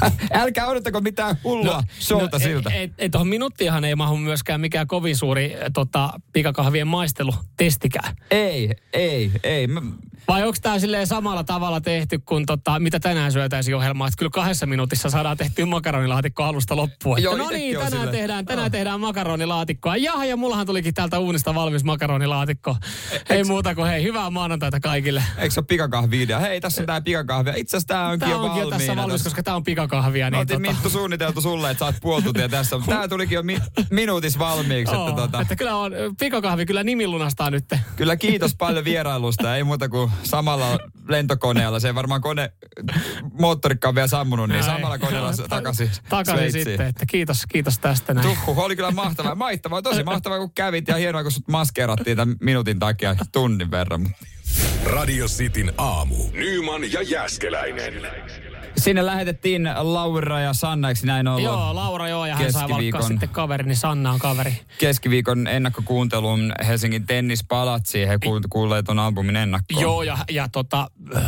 Älkää odottako mitään hullua no, showta no, siltä. Ei, ei, tuohon minuuttiinhan ei mahu myöskään mikään kovin suuri tota, pikakahvien maistelutestikään. Ei, ei, ei. Mä... Vai onko tämä silleen samalla tavalla tehty kuin tota, mitä tänään syötäisiin ohjelmaa? Että kyllä kahdessa minuutissa saadaan tehtyä makaronilaatikko alusta loppuun. Joo, no niin, tänään, silleen. tehdään, tänään oh. tehdään makaronilaatikkoa. Jaha, ja mullahan tulikin täältä uunista valmis makaronilaatikko. E- ei eks... muuta kuin hei, hyvää maanantaita kaikille. Eikö se ole pikakahvi-idea? Hei, tässä on tää pikakahvia. Itse asiassa tää onkin tää jo valmiina. Tää onkin tässä valmis, tos... koska tää on pikakahvia. Niin Otin tota... Minttu suunniteltu sulle, että saat puoli tuntia tässä. Tää tulikin jo mi- minuutis valmiiksi. Oh, että, tota... että kyllä on pikakahvi, kyllä nimi lunastaa nyt. Kyllä kiitos paljon vierailusta. Ei muuta kuin samalla lentokoneella. Se ei varmaan kone, moottorikaan on vielä sammunut, niin näin. Samalla koneella takaisin Takaisin sitten, että kiitos, kiitos tästä näin. Tuhhu, oli kyllä mahtavaa. Mahtavaa, tosi mahtavaa kun kävit ja hienoa kun sut maskeerattiin tämän minuutin takia tunnin verran. Radio Cityn aamu. Nyman ja Jääskeläinen. Sinne lähetettiin Laura ja Sanna, eikö näin ollut? Joo, Laura joo, ja hän sai valkkaa sitten kaveri, niin Sanna on kaveri. Keskiviikon ennakkokuuntelun Helsingin Tennispalatsiin, he kuulleet ton albumin ennakkoon. Joo, ja, ja tota,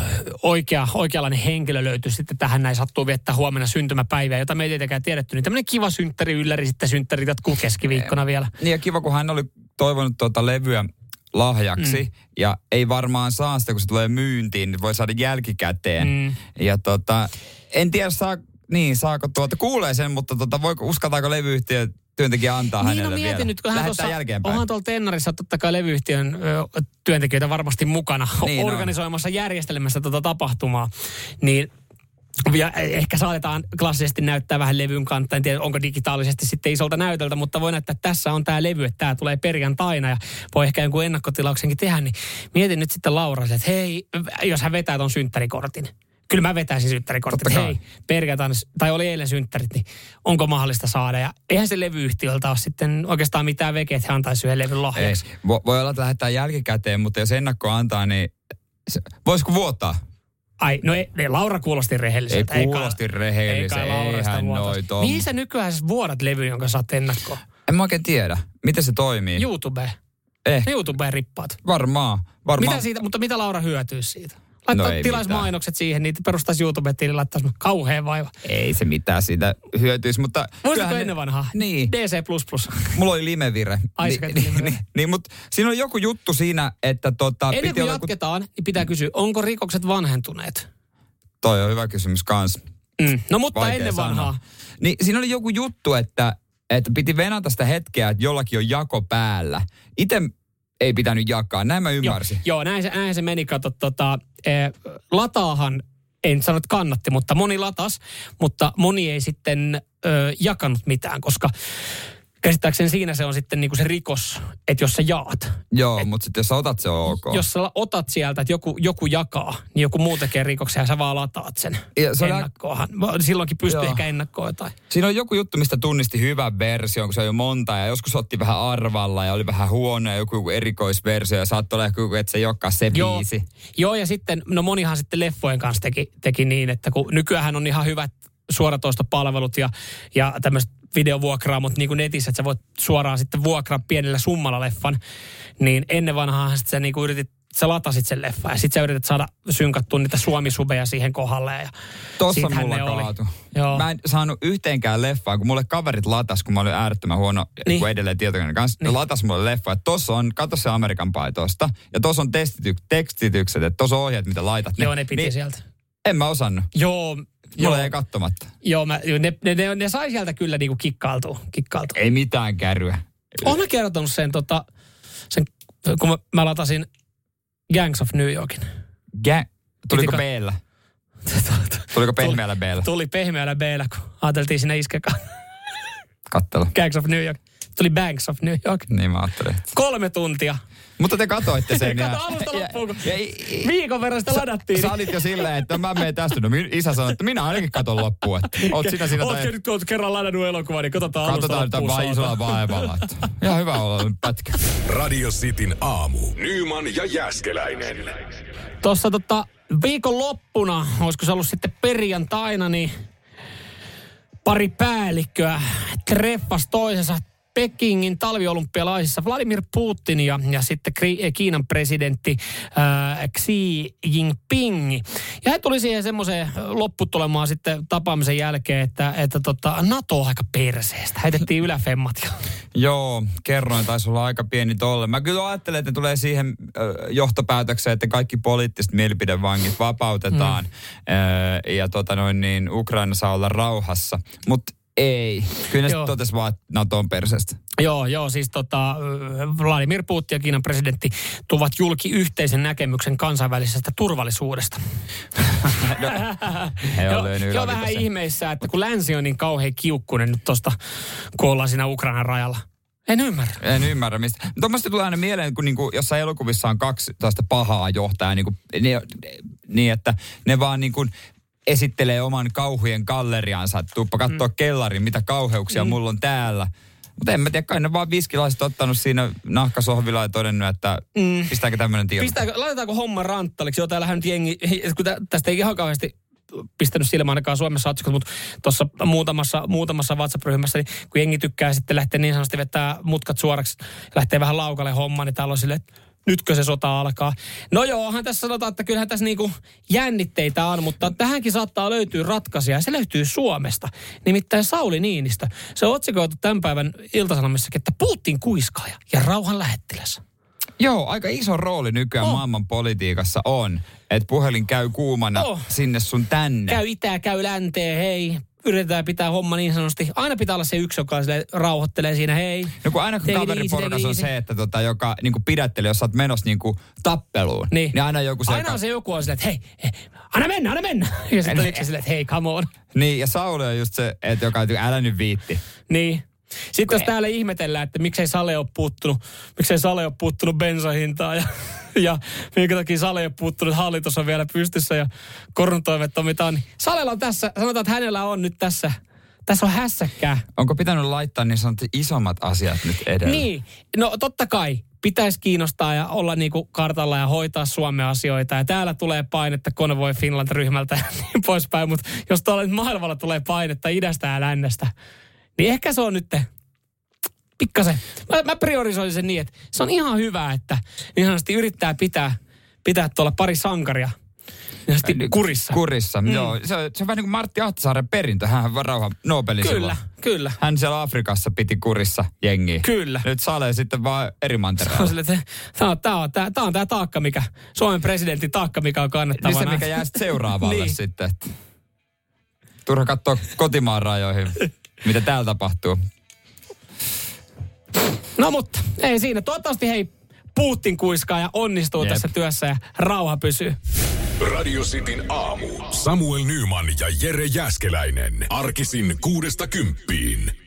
oikea, oikeanlainen henkilö löytyi sitten tähän, näin sattuu viettää huomenna syntymäpäivää, jota me ei tietenkään tiedetty, niin tämmöinen kiva synttäri ylläri, sitten synttäri jatkuu keskiviikkona vielä. Niin ja kiva, kun hän oli toivonut tuota levyä lahjaksi, mm. ja ei varmaan saa sitä, kun se tulee myyntiin, niin voi saada jälkikäteen. Mm. Ja tota, en tiedä, saa, niin, saako tuota, kuulee sen, mutta tota, voiko, uskaltaako levyyhtiö työntekijä antaa niin, hänelle no mietin vielä? Nyt, kun hän tuossa, onhan tuolla Tennarissa totta kai levyyhtiön ö, työntekijöitä varmasti mukana niin organisoimassa, on. järjestelemässä tätä tapahtumaa, niin ja ehkä saatetaan klassisesti näyttää vähän levyn kantta. En tiedä, onko digitaalisesti sitten isolta näytöltä, mutta voi näyttää, että tässä on tämä levy, että tämä tulee perjantaina ja voi ehkä jonkun ennakkotilauksenkin tehdä. Niin mietin nyt sitten Lauralle, että hei, jos hän vetää ton synttärikortin. Kyllä mä vetäisin synttärikortin. Hei, perjantaina, tai oli eilen synttärit, niin onko mahdollista saada? Ja eihän se levyyhtiöltä ole sitten oikeastaan mitään vekeä, että hän antaisi yhden levyn lahjaksi. Ei, voi olla, että lähettää jälkikäteen, mutta jos ennakko antaa, niin se, voisiko vuotaa? Ai, no ei, ei Laura kuulosti rehelliseltä. Ei kuulosti rehelliseltä, eihän noi tom. Mihin sä nykyään vuodat levy, jonka saat ennakkoon? En mä oikein tiedä. Miten se toimii? YouTubeen. Eh. YouTubeen rippaat. Varmaan. Varmaan. Mitä siitä, mutta mitä Laura hyötyisi siitä? Laittaa no tilaisi mainokset siihen, niitä perustaisi YouTubeen, niin laittaisi kauhean vaiva. Ei se mitään siitä hyötyisi, mutta... Muistatko ennen vanhaa? Niin. D C plus plus. Mulla oli limevire. Ai Ni, niin, niin, niin, mutta siinä on joku juttu siinä, että tota... Ennen kuin jatketaan, joku... niin pitää kysyä, onko rikokset vanhentuneet? Toi on hyvä kysymys kans. Mm. No mutta vaikea ennen vanhaa. Sanoa. Niin siinä oli joku juttu, että, että piti venata sitä hetkeä, että jollakin on jako päällä. Itse ei pitänyt jakaa, näin mä ymmärsin. Joo, joo näin, se, näin se meni. Kato, tota, eh, lataahan, en sano, että kannatti, mutta moni latas, mutta moni ei sitten eh, jakanut mitään, koska käsittääkseni siinä se on sitten niinku se rikos, että jos sä jaat. Joo, et, mutta sitten jos sä otat, se on ok. Jos sä otat sieltä, että joku, joku jakaa, niin joku muu tekee rikoksen ja sä vaan lataat sen ennakkoahan. Silloinkin pystyy joo. ehkä ennakkoon jotain. Siinä on joku juttu, mistä tunnisti hyvän version, kun se on jo monta ja joskus otti vähän arvalla ja oli vähän huono ja joku erikoisversio ja saattoi olla joku, että se ei olekaan se joo. biisi. Joo, ja sitten, no monihan sitten leffojen kanssa teki, teki niin, että kun nykyään on ihan hyvät suoratoistopalvelut ja, ja tämmöiset videovuokraamot niin kuin netissä, että sä voit suoraan sitten vuokraa pienellä summalla leffan, niin ennen vanhaan sitten sä niin kuin yritit, sä latasit sen leffan ja sitten sä yritit saada synkattua niitä suomisubeja siihen kohdalle. Ja tossa mulla kaatu. Mä en saanut yhteenkään leffaa, kun mulle kaverit latas, kun mä olin äärettömän huono, niin. kun edelleen tietokoneen kanssa, niin. latas mulle leffa, että tossa on, katso se Amerikan Pie tosta, ja tossa on testity, tekstitykset, että tossa on ohjeet, mitä laitat. Joo, ne, ne piti niin, sieltä. En mä osannut. Joo. Mulla ei katsomatta. Joo, mä, ne, ne, ne, ne sai sieltä kyllä niinku kikkailtua. kikkailtua. Ei mitään kärryä. Oon mä kertonut sen, tota, sen kun mä, mä latasin Gangs of New Yorkin. Ga- Tuliko B-llä? Tuliko pehmeällä B-llä? Tuli pehmeällä B-llä, kun ajateltiin sinne iskekaan. Kattelu. Gangs of New York. Tuli Banks of New York. Niin mä ajattelin. Kolme tuntia. Mutta te katoitte sen. Kato alusta loppuun, kun viikon verran sitä ladattiin. Sä olit jo silleen, että mä menen tästä. No isä sanoi, että minä ainakin katon loppuun. Oot sinä siinä. Ootko nyt kun kerran ladannut elokuvaa, niin katsotaan alusta loppuun. Katsotaan vaan isolla vaivalla. Ihan hyvä olla nyt pätkä. Radio Cityn aamu. Nyman ja Jääskeläinen. Tuossa tota, viikon loppuna, olisiko se ollut sitten perjantaina, niin pari päällikköä treffas toisensa Pekingin talviolympialaisissa Vladimir Putin ja, ja sitten Kiinan presidentti äh, Xi Jinping. Ja he tuli siihen semmoiseen lopputulemaan sitten tapaamisen jälkeen, että, että tota, NATO on aika perseestä. Heitettiin yläfemmat. Joo, kerroin, taisi olla aika pieni tolle. Mä kyllä ajattelen, että ne tulee siihen äh, johtopäätökseen, että kaikki poliittiset mielipidevangit vapautetaan. Mm. Äh, ja tota noin niin, Ukraina saa olla rauhassa. Mutta ei. Kyllä ne sitten totesi vaan, että NATO on perseestä. Joo, joo, siis tota, Vladimir Putin ja Kiinan presidentti tuovat julki yhteisen näkemyksen kansainvälisestä turvallisuudesta. no, he on jo, jo vähän ihmeissä, että kun länsi on niin kauhean kiukkunen nyt tosta, kun ollaan siinä Ukrainan rajalla. En ymmärrä. En ymmärrä mistä. Tuommoista tulee aina mieleen, kun niinku, jossain elokuvissa on kaksi tästä pahaa johtajaa, niinku, ne, niin että ne vaan niinku esittelee oman kauhujen galleriansa, että tuuppa katsoa mm. kellarin, mitä kauheuksia mm. mulla on täällä. Mutta en mä tiedä, kai ne vaan viskilaiset ottanut siinä nahkasohvilla ja todennut, että mm. pistääkö tämmöinen tieto. Pistääkö, laitetaanko homma ranttaliksi? Joo, täällähän nyt jengi, kun tästä ei ihan kauheasti pistänyt silmään ainakaan Suomessa otsikossa, mutta tuossa muutamassa, muutamassa WhatsApp-ryhmässä, niin kun jengi tykkää sitten lähteä niin sanotusti vetää mutkat suoraksi ja lähtee vähän laukalle hommaan, niin täällä on silleen, että nytkö se sota alkaa. No joo, onhan tässä sanotaan, että kyllähän tässä niinku jännitteitä on, mutta tähänkin saattaa löytyä ratkaisuja. Se löytyy Suomesta. Nimittäin Sauli Niinistö. Se on otsikoitu tämän päivän Ilta-Sanomissakin, että Putin kuiskaaja ja rauhan lähettiläs. Joo, aika iso rooli nykyään oh. maailman politiikassa on, että puhelin käy kuumana oh. sinne sun tänne. Käy itää, käy länteen, hei. Yritetään pitää homma niin sanotusti. Aina pitää olla se yksi, joka rauhoittelee siinä, hei. No kun aina kun kaveriporukas on se, että tota, joka niin pidättelee, jos sä oot menossa niin tappeluun, niin, niin aina joku se... Aina on se joku on silleen, että hei, hei, anna mennä, anna mennä. Ja sitten on yksi silleen, että hei, come on. Niin, ja Sauli on just se, että joka älä nyt viitti. Niin. Sitten jos täällä ihmetellään, että miksei Sale ole puuttunut, miksei Sale ole puuttunut bensahintaa ja, ja minkä takia Sale ei ole puuttunut, hallitus on vielä pystyssä ja koronatoimet on mitä on. Niin Salella on tässä, sanotaan, että hänellä on nyt tässä, tässä on hässäkkää. Onko pitänyt laittaa niin sanottu isommat asiat nyt edellä? Niin, no totta kai pitäisi kiinnostaa ja olla niinku kartalla ja hoitaa Suomen asioita. Ja täällä tulee painetta Konvoi Finland-ryhmältä ja niin poispäin, mutta jos tuolla nyt maailmalla tulee painetta idästä ja lännestä, niin ehkä se on nyt pikkasen. Mä, mä priorisoin sen niin, että se on ihan hyvä, että niin sanotusti yrittää pitää, pitää tuolla pari sankaria niin kurissa. Kurissa, mm. joo. Se on, se on vähän niin kuin Martti Ahtisaaren perintö. Hän on rauhan Nobelin Kyllä, silloin. kyllä. Hän siellä Afrikassa piti kurissa jengiä. Kyllä. Nyt Sale sitten vaan eri mantereella. Tämä on tämä on, tää, tää on tää taakka, mikä, Suomen presidentin taakka, mikä on kannattavana. Niin se, mikä jää sitten seuraavalle niin. sitten. Että turha katsoa kotimaan rajoihin. Mitä täällä tapahtuu? No mutta, ei siinä. Toivottavasti hei, Putin kuiskaa ja onnistuu Jep. tässä työssä ja rauha pysyy. Radio Cityn aamu. Samuel Nyman ja Jere Jääskeläinen. Arkisin kuudesta kymppiin.